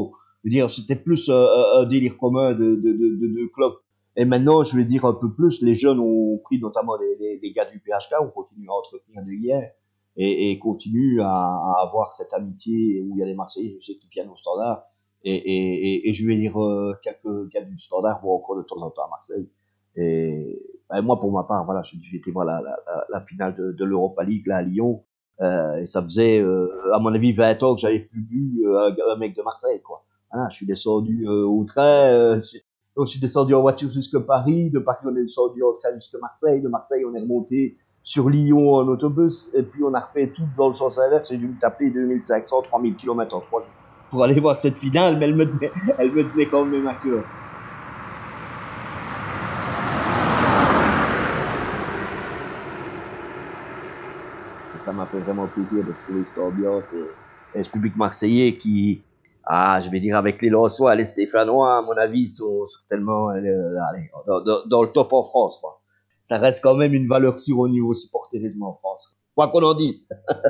S2: Je veux dire, c'était plus un délire commun de club. Et maintenant, je vais dire un peu plus, les jeunes ont pris, notamment les gars du PHK, ont continué à entretenir des liens et continuent à avoir cette amitié où il y a des Marseillais, je sais, qui viennent au Standard. Et je vais dire, quelques gars du Standard vont encore de temps en temps à Marseille. Et moi, pour ma part, voilà, j'étais voir la finale de l'Europa League là à Lyon. Et ça faisait, à mon avis, 20 ans que j'avais plus vu un mec de Marseille, quoi. Voilà, je suis descendu au train, donc je suis descendu en voiture jusqu'à Paris, de Paris on est descendu en train jusqu'à Marseille, de Marseille on est remonté sur Lyon en autobus, et puis on a refait tout dans le sens inverse, j'ai dû me taper 2500, 3000 km en 3 jours pour aller voir cette finale, mais elle me tenait quand même à cœur. Ça m'a fait vraiment plaisir de trouver cette ambiance et ce public marseillais qui, je vais dire avec les Lensois, les Stéphanois, à mon avis, sont tellement dans le top en France, quoi. Ça reste quand même une valeur sûre au niveau supporterisme en France. Quoi qu'on en dise.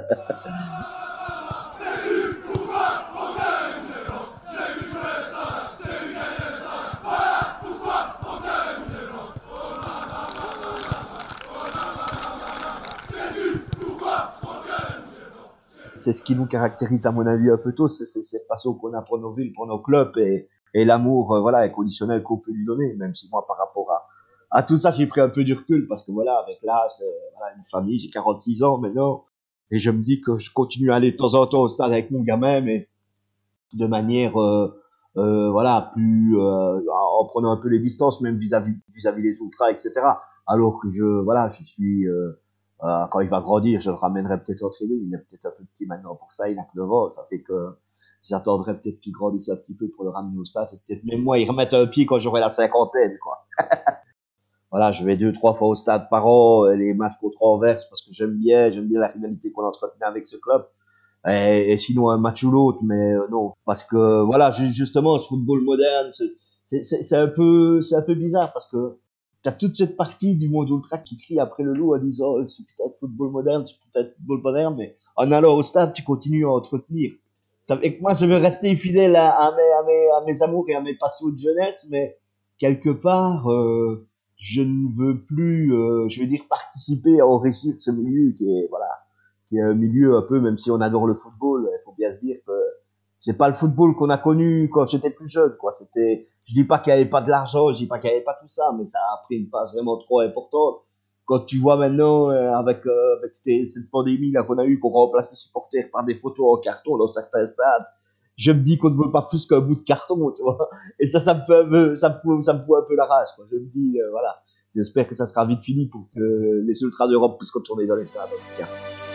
S2: C'est ce qui nous caractérise à mon avis un peu tous, c'est cette passion qu'on a pour nos villes, pour nos clubs et l'amour voilà inconditionnel qu'on peut lui donner, même si moi par rapport à tout ça j'ai pris un peu du recul parce que voilà avec l'âge, voilà, une famille, j'ai 46 ans maintenant et je me dis que je continue à aller de temps en temps au stade avec mon gamin mais de manière voilà plus en prenant un peu les distances même vis-à-vis des ultras etc. Alors que je suis quand il va grandir, je le ramènerai peut-être en tribune. Il est peut-être un peu petit maintenant pour ça, il a que 9 ans. Ça fait que j'attendrai peut-être qu'il grandisse un petit peu pour le ramener au stade. Et peut-être même moi, il remettre un pied quand j'aurai la cinquantaine, quoi. Voilà, je vais 2-3 fois au stade par an, les matchs contre Anvers, parce que j'aime bien la rivalité qu'on entretenait avec ce club. Et sinon, un match ou l'autre, mais non. Parce que, voilà, justement, ce football moderne, c'est un peu bizarre parce que t'as toute cette partie du monde ultra qui crie après le loup en disant c'est peut-être football moderne, c'est peut-être football moderne, mais en allant au stade, tu continues à entretenir. Ça fait que moi, je veux rester fidèle à mes amours et à mes passions de jeunesse, mais quelque part, je ne veux plus, je veux dire, participer à enrichir ce milieu qui est un milieu un peu, même si on adore le football, il faut bien se dire que c'est pas le football qu'on a connu quand j'étais plus jeune, quoi. Je dis pas qu'il y avait pas de l'argent, je dis pas qu'il y avait pas tout ça, mais ça a pris une place vraiment trop importante. Quand tu vois maintenant, avec cette pandémie là qu'on a eu, qu'on remplace les supporters par des photos en carton dans certains stades, je me dis qu'on ne veut pas plus qu'un bout de carton, tu vois. Et ça me fait ça me fout un peu la rage, quoi. Je me dis, voilà. J'espère que ça sera vite fini pour que les ultras d'Europe puissent retourner dans les stades, en tout cas.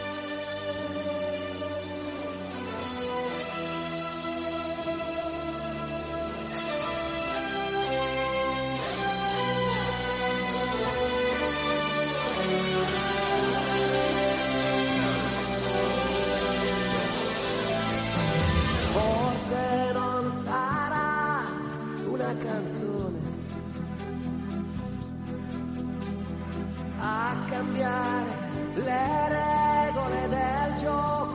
S4: Forse non sarà una canzone a cambiare le regole del gioco,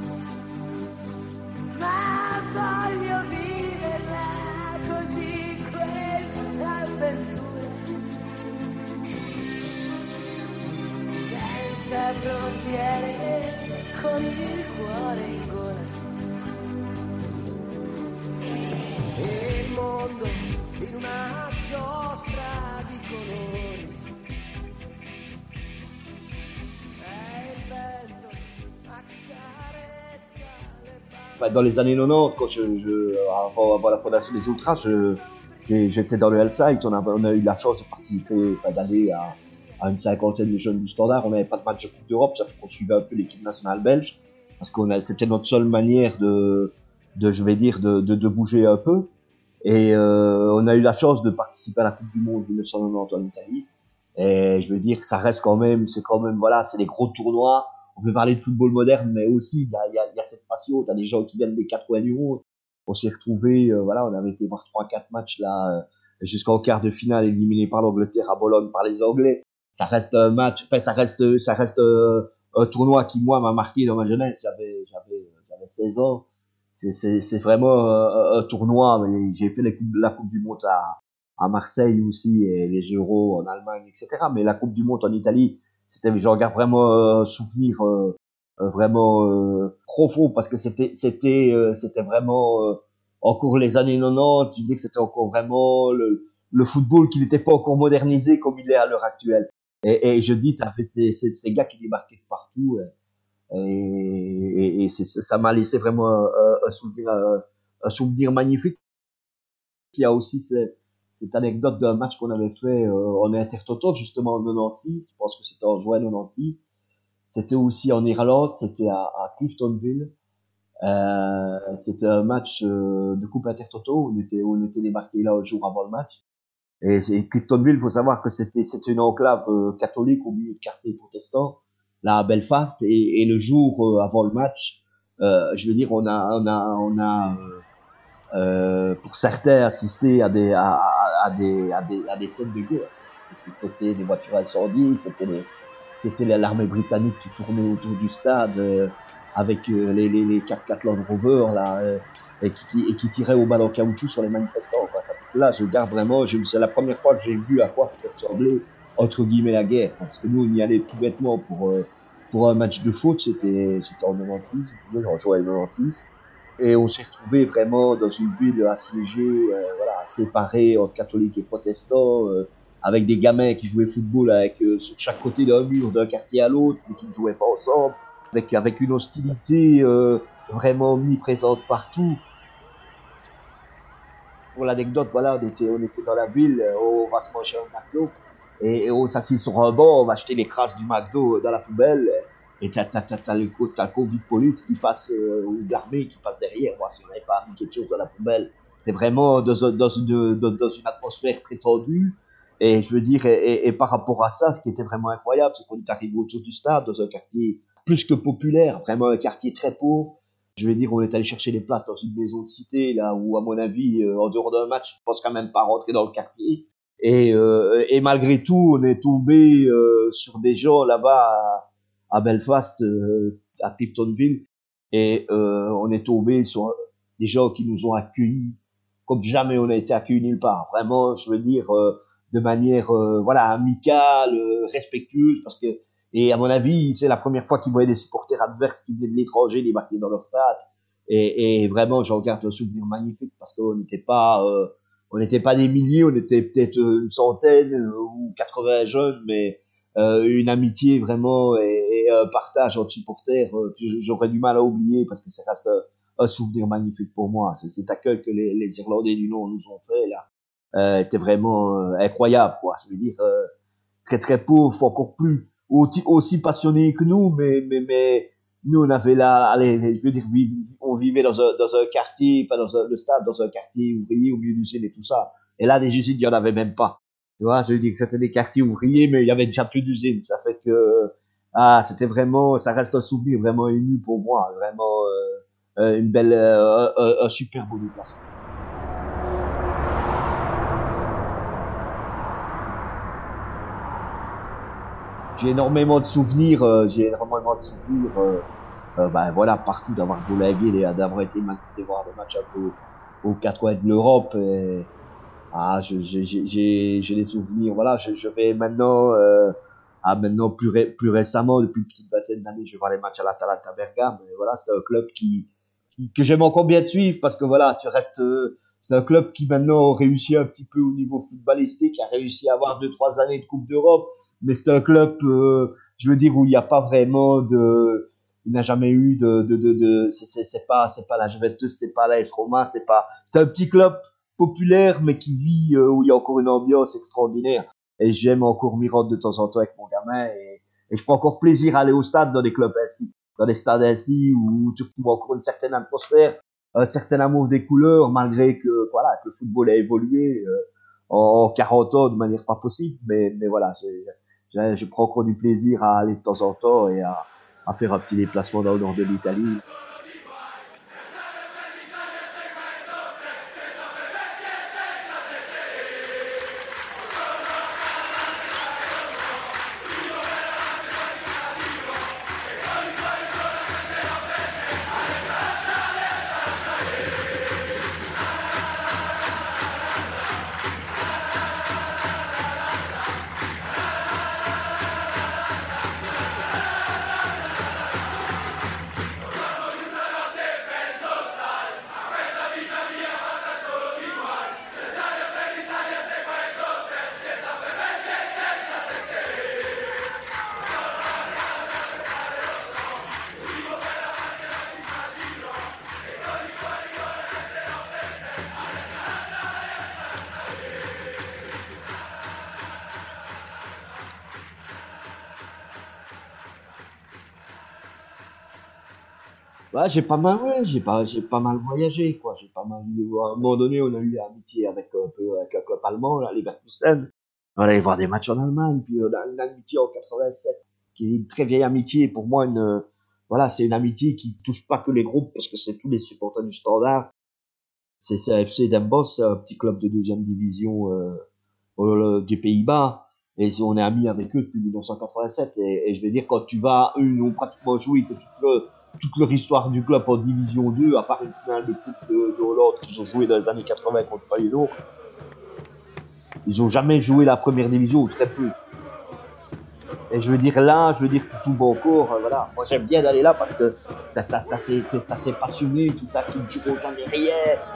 S4: ma voglio viverla così questa avventura, senza frontiere, con il cuore in gola. E il mondo in una giostra di colori. E il vento accarezza le
S2: Dans les années 90, quand avant la fondation des Ultras, j'étais dans le Hellside, on a eu la chance de participer, d'aller à une cinquantaine de jeunes du Standard. On n'avait pas de match de Coupe d'Europe, ça fait qu'on suivait un peu l'équipe nationale belge, parce c'était notre seule manière je vais dire, de bouger un peu. Et on a eu la chance de participer à la Coupe du Monde 1990 en Italie. Et je veux dire que ça reste quand même, voilà, c'est des gros tournois. On peut parler de football moderne, mais aussi il y a cette passion. T'as des gens qui viennent des quatre coins du monde. On s'est retrouvés, voilà, on avait été voir 3-4 matchs là jusqu'en quart de finale, éliminé par l'Angleterre à Bologne par les Anglais. Ça reste un match, enfin ça reste un tournoi qui moi m'a marqué dans ma jeunesse. J'avais 16 ans. c'est vraiment un tournoi. J'ai fait la Coupe du Monde à Marseille aussi, et les Euros en Allemagne, etc. Mais la Coupe du Monde en Italie, j'en garde vraiment un souvenir vraiment profond, parce que c'était vraiment encore les années 90. Je dis que c'était encore vraiment le football qui n'était pas encore modernisé comme il est à l'heure actuelle. Et je dis, t'avais ces gars qui débarquaient de partout. Ça m'a laissé vraiment un souvenir magnifique. Il y a aussi cette anecdote d'un match qu'on avait fait en Intertoto, justement en 96. Je pense que c'était en juin 96. C'était aussi en Irlande, c'était à Cliftonville. C'était un match de Coupe Intertoto. On était débarqué là un jour avant le match. Et Cliftonville, il faut savoir que c'était une enclave catholique au milieu de quartier protestant, là à Belfast. Et le jour avant le match, je veux dire, on a pour certains assisté à des scènes de guerre, parce que c'était des voitures incendiées, c'était l'armée britannique qui tournait autour du stade avec les 4x4 Land Rover là. Et qui tirait au bal en caoutchouc sur les manifestants, quoi. Ça fait que là, je garde vraiment, c'est la première fois que j'ai vu à quoi pouvait ressembler, entre guillemets, la guerre, quoi. Parce que nous, on y allait tout bêtement pour un match de foot, c'était en 96, en juin 96. Et on s'est retrouvé vraiment dans une ville assiégée, voilà, séparée entre catholiques et protestants, avec des gamins qui jouaient football sur chaque côté d'un mur, d'un quartier à l'autre, mais qui ne jouaient pas ensemble, avec une hostilité vraiment omniprésente partout. Pour l'anecdote, voilà, on était dans la ville, on va se manger un McDo, et on s'assied sur un banc, on va acheter les crasses du McDo dans la poubelle, et t'as le conduit de police qui passe, ou de l'armée qui passe derrière, voir si on n'avait pas mis quelque chose dans la poubelle. T'es vraiment dans une atmosphère très tendue, et je veux dire, et par rapport à ça, ce qui était vraiment incroyable, c'est qu'on est arrivé autour du stade, dans un quartier plus que populaire, vraiment un quartier très pauvre. Je vais dire, on est allé chercher des places dans une maison de cité, là où, à mon avis, en dehors d'un match, je pense quand même pas rentrer dans le quartier. Et malgré tout, on est tombé sur des gens là-bas à Belfast, à Cliftonville, et on est tombé sur des gens qui nous ont accueillis comme jamais on a été accueillis nulle part. Vraiment, je veux dire, de manière voilà, amicale, respectueuse, parce que, et à mon avis, c'est la première fois qu'ils voyaient des supporters adverses qui venaient de l'étranger débarquer dans leur stade. Et vraiment, j'en garde un souvenir magnifique, parce qu'on n'était pas des milliers, on était peut-être une centaine ou 80 jeunes, mais une amitié vraiment et un partage entre supporters que j'aurais du mal à oublier, parce que ça reste un souvenir magnifique pour moi. Cet accueil que les Irlandais du Nord nous ont fait là était vraiment incroyable, quoi. Je veux dire, très très pauvre, encore plus aussi passionné que nous, mais nous on avait là, allez, je veux dire, on vivait dans un quartier, enfin le stade, dans un quartier ouvrier au milieu d'usines et tout ça. Et là, des usines, il y en avait même pas. Tu vois, je veux dire que c'était des quartiers ouvriers, mais il y avait déjà plus d'usines. Ça fait que c'était vraiment, ça reste un souvenir vraiment ému pour moi, vraiment une belle, un super beau déplacement. J'ai énormément de souvenirs, ben voilà, partout, d'avoir volagué, d'avoir été voir des matchs un peu aux quatre coins de l'Europe. Et, j'ai des souvenirs. Voilà, je vais maintenant, maintenant plus récemment, depuis une petite vingtaine d'années, je vais voir les matchs à l'Atalanta Bergame. Et voilà, c'est un club que j'aime encore bien de suivre, parce que voilà, c'est un club qui maintenant réussit un petit peu au niveau footballistique, qui a réussi à avoir 2-3 années de Coupe d'Europe, mais c'est un club, je veux dire, où il n'y a pas vraiment il n'a jamais eu c'est pas la Juventus, c'est pas la AS Roma, c'est un petit club populaire, mais qui vit, où il y a encore une ambiance extraordinaire. Et j'aime encore m'y rendre de temps en temps avec mon gamin, et je prends encore plaisir à aller au stade dans des clubs ainsi, dans des stades ainsi où tu retrouves encore une certaine atmosphère, un certain amour des couleurs, malgré que, voilà, que le football a évolué, en 40 ans de manière pas possible, mais voilà, je prends encore du plaisir à aller de temps en temps et à faire un petit déplacement dans le nord de l'Italie. Ouais, j'ai pas mal voyagé, quoi. J'ai pas mal, à un moment donné, on a eu amitié avec un peu, avec un club allemand, là, Leverkusen. On allait voir des matchs en Allemagne, puis on a une amitié en 87, qui est une très vieille amitié. Pour moi, voilà, c'est une amitié qui touche pas que les groupes, parce que c'est tous les supporters du Standard. C'est CFC Den Bosch, un petit club de deuxième division, des Pays-Bas. Et on est amis avec eux depuis 1987. Et je veux dire, quand tu vas, eux, ils ont pratiquement joué toute leur histoire du club en Division 2, à part une finale de Coupe de Hollande qu'ils ont joué dans les années 80 contre Feyenoord. Ils ont jamais joué la première division, ou très peu. Et je veux dire, là, je veux dire, tout bon encore, voilà. Moi, j'aime bien d'aller là parce que t'as ces passionnés, tout ça, qui ne joueront jamais rien,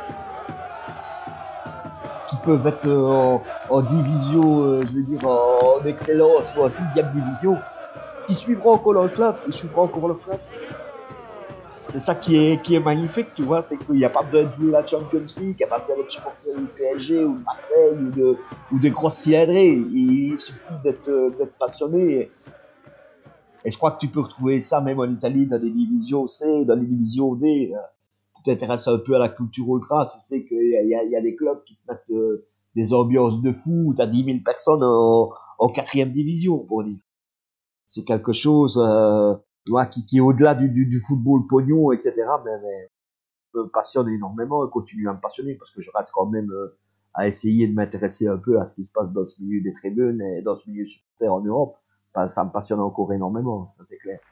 S2: qui peuvent être en division, je veux dire, en excellence ou en 6e division. Ils suivront encore leur club, ils suivront encore leur club. C'est ça qui est magnifique, tu vois, c'est qu'il n'y a pas besoin de jouer la Champions League, il n'y a pas besoin d'être supporter du PSG ou de Marseille ou de grosses cylindrées. Il suffit d'être passionné. Et je crois que tu peux retrouver ça même en Italie dans des divisions C, dans les divisions D. Tu t'intéresses un peu à la culture ultra, tu sais qu'il y a des clubs qui te mettent des ambiances de fou, tu as 10 000 personnes en 4e division, pour dire. C'est quelque chose qui est au-delà du football pognon, etc. Mais me passionne énormément et continue à me passionner parce que je reste quand même à essayer de m'intéresser un peu à ce qui se passe dans ce milieu des tribunes et dans ce milieu supporter en Europe. Ça me passionne encore énormément, ça c'est clair.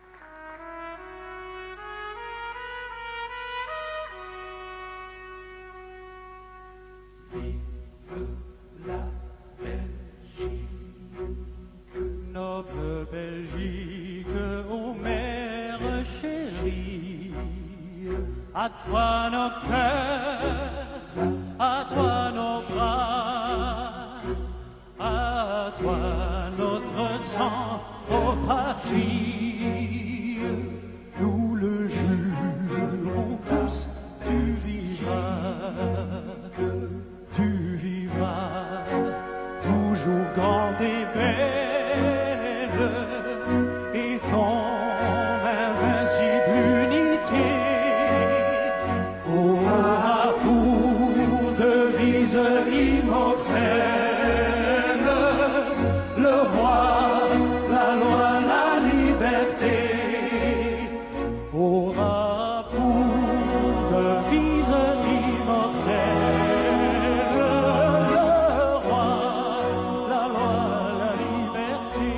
S5: Noble Belgique, ô mère chérie, à toi nos cœurs, à toi nos bras, à toi notre sang, ô patrie, nous le jurons tous, tu vivras, toujours grande et belle. Et ton invincible unité aura pour devise immortelle le roi, la loi, la liberté. Aura pour devise immortelle le roi, la loi, la liberté.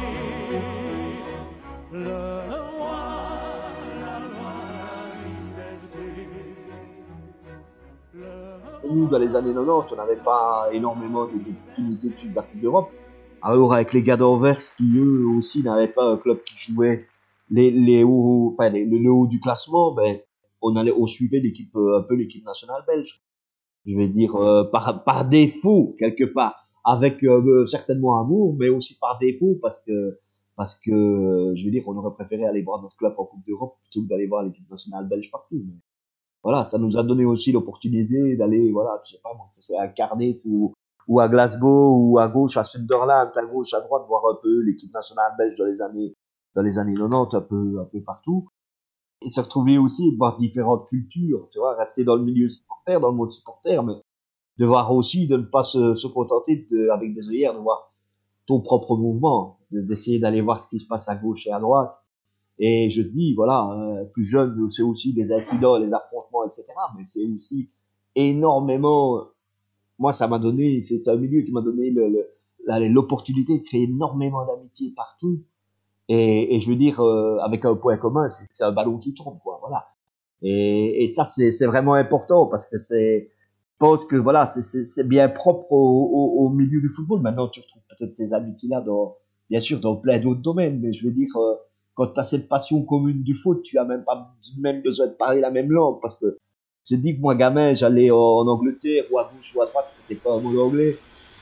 S2: Nous, dans les années 90, on n'avait pas énormément d'opportunités de suivre la Coupe d'Europe. Alors, avec les gars d'Anvers, qui eux aussi n'avaient pas un club qui jouait le haut du classement, ben, on suivait l'équipe, un peu l'équipe nationale belge. Je vais dire, par défaut, quelque part. Avec certainement amour, mais aussi par défaut, parce que, je veux dire, on aurait préféré aller voir notre club en Coupe d'Europe plutôt que d'aller voir l'équipe nationale belge partout. Mais voilà, ça nous a donné aussi l'opportunité d'aller, voilà, je sais pas moi, que ce soit à Cardiff ou à Glasgow ou à gauche à Sunderland, à gauche, à droite, voir un peu l'équipe nationale belge dans les années 90, un peu partout. Et se retrouver aussi, de voir différentes cultures, tu vois, rester dans le milieu supporter, dans le monde supporter, mais de voir aussi, de ne pas se contenter avec des œillères, de voir ton propre mouvement, d'essayer d'aller voir ce qui se passe à gauche et à droite. Et je te dis, voilà, plus jeune, c'est aussi les incidents, les affrontements, etc. Mais c'est aussi énormément, moi, ça m'a donné, c'est un milieu qui m'a donné l'opportunité de créer énormément d'amitié partout. Et je veux dire, avec un point commun, c'est un ballon qui tourne, quoi, voilà. Et ça, c'est vraiment important parce que je pense que voilà, c'est bien propre au milieu du football. Maintenant, tu retrouves peut-être ces amitiés-là bien sûr, dans plein d'autres domaines, mais je veux dire, quand tu as cette passion commune du foot, tu as même pas même besoin de parler la même langue parce que j'ai dit que moi, gamin, j'allais en Angleterre ou à gauche ou à droite, je n'étais pas un mot anglais.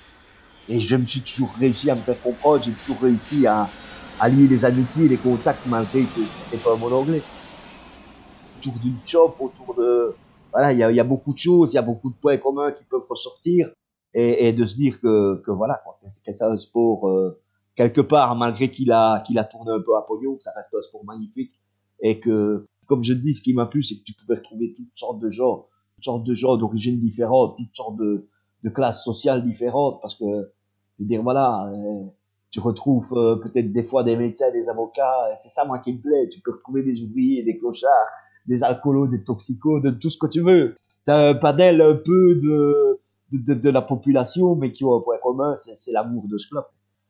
S2: Et je me suis toujours réussi à me faire comprendre, j'ai toujours réussi à lier les amitiés, les contacts malgré que je n'étais pas un mot anglais. Autour d'une shop, voilà, il y a beaucoup de choses, il y a beaucoup de points communs qui peuvent ressortir et de se dire que voilà, quoi, que c'est un sport, quelque part, malgré qu'il a tourné un peu à pognon, que ça reste un sport magnifique et que comme je te dis, ce qui m'a plu, c'est que tu pouvais retrouver toutes sortes de gens d'origines différentes, toutes sortes de classes sociales différentes, parce que, je veux dire, voilà, tu retrouves peut-être des fois des médecins, des avocats, c'est ça moi qui me plaît, tu peux retrouver des ouvriers, des clochards, des alcoolos, des toxicos, de tout ce que tu veux. T'as un panel un peu de la population, mais qui ont un point commun, c'est l'amour de ce club.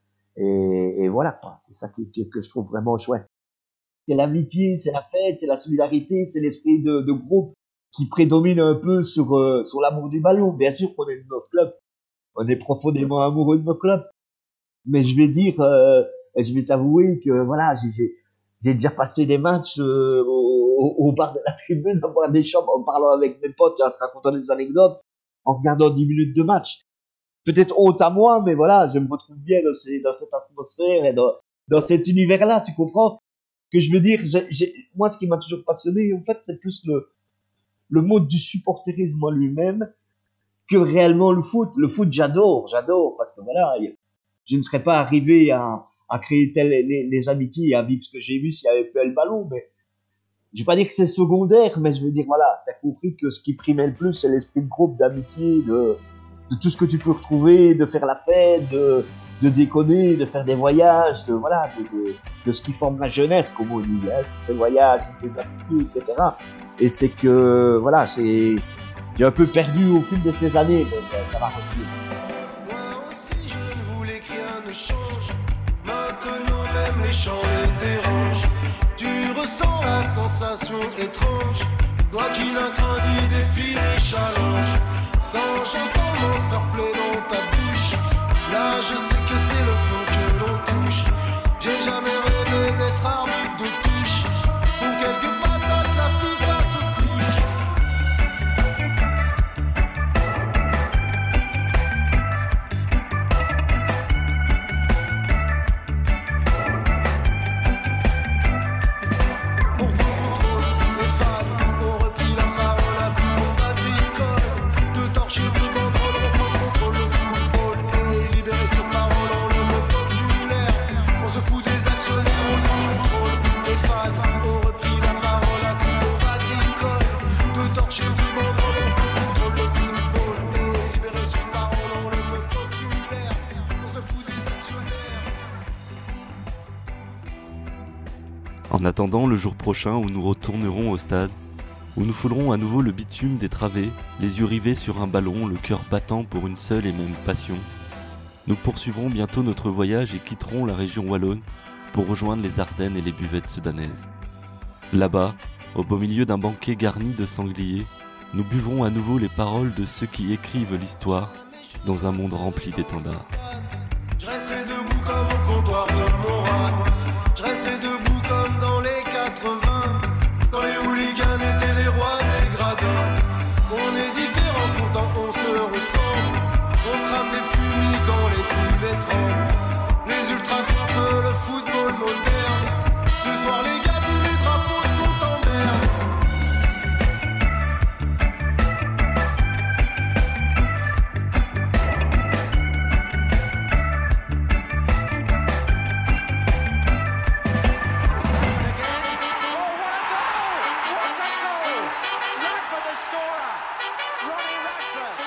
S2: Et voilà, quoi. C'est ça que je trouve vraiment chouette. C'est l'amitié, c'est la fête, c'est la solidarité, c'est l'esprit de groupe qui prédomine un peu sur l'amour du ballon. Bien sûr qu'on est de notre club, on est profondément amoureux de notre club, mais je vais dire, je vais t'avouer que voilà, j'ai déjà passé des matchs au bar de la tribune, à boire des chopes, en parlant avec mes potes, en se racontant des anecdotes, en regardant 10 minutes de match. Peut-être honte à moi, mais voilà, je me retrouve bien dans cette atmosphère et dans cet univers-là, tu comprends? Que je veux dire, moi, ce qui m'a toujours passionné, en fait, c'est plus le mode du supporterisme en lui-même que réellement le foot. Le foot, j'adore, parce que voilà, je ne serais pas arrivé à créer les amitiés et à vivre ce que j'ai vu s'il y avait plus le ballon, mais je vais pas dire que c'est secondaire, mais je veux dire, voilà, t'as compris que ce qui primait le plus, c'est l'esprit de groupe, d'amitié, de tout ce que tu peux retrouver, de faire la fête, de déconner, de faire des voyages, de ce qui forme la jeunesse, comme on dit, hein, c'est ces voyages, c'est ces aptitudes, etc. Et c'est que, voilà, j'ai un peu perdu au fil de ces années, donc ça va revenir.
S6: Moi aussi je ne voulais que rien ne change, maintenant même les chants les dérangent. Tu ressens la sensation étrange, toi qui n'as craint ni défi ni challenge. Quand j'entends mon fair play dans ta bouche, là je sais que c'est le fond que l'on touche. J'ai jamais rêvé d'être arbitre de touche, pour quelques patates la FIFA se couche. Pour tout contrôle, les fans ont repris la parole à coups de bombe agricole, de torches et de banderoles, reprendre contrôle le football et libérer ses paroles en le mot populaire. On se fout des actionnaires, on prend contrôle. Les fans ont repris la parole à coups de bombe agricole, de torches et de banderoles, on prend contrôle le football et libérer ses paroles en le mot populaire. On se fout des actionnaires.
S1: En attendant le jour prochain où nous retournerons au stade, où nous foulerons à nouveau le bitume des travées, les yeux rivés sur un ballon, le cœur battant pour une seule et même passion, nous poursuivrons bientôt notre voyage et quitterons la région wallonne pour rejoindre les Ardennes et les buvettes soudanaises. Là-bas, au beau milieu d'un banquet garni de sangliers, nous buvrons à nouveau les paroles de ceux qui écrivent l'histoire dans un monde rempli d'étendards.
S6: Je resterai debout comme au comptoir de Montrad. Je resterai debout comme dans les 80, quand les hooligans étaient les rois des gradins. On est différents, pourtant on se ressemble. On crame des fumis quand les filets tremblent. Les ultras contre le football moderne. Ce soir les gars, tous les drapeaux sont en merde.
S7: Right for the scorer, Ronnie Radcliffe.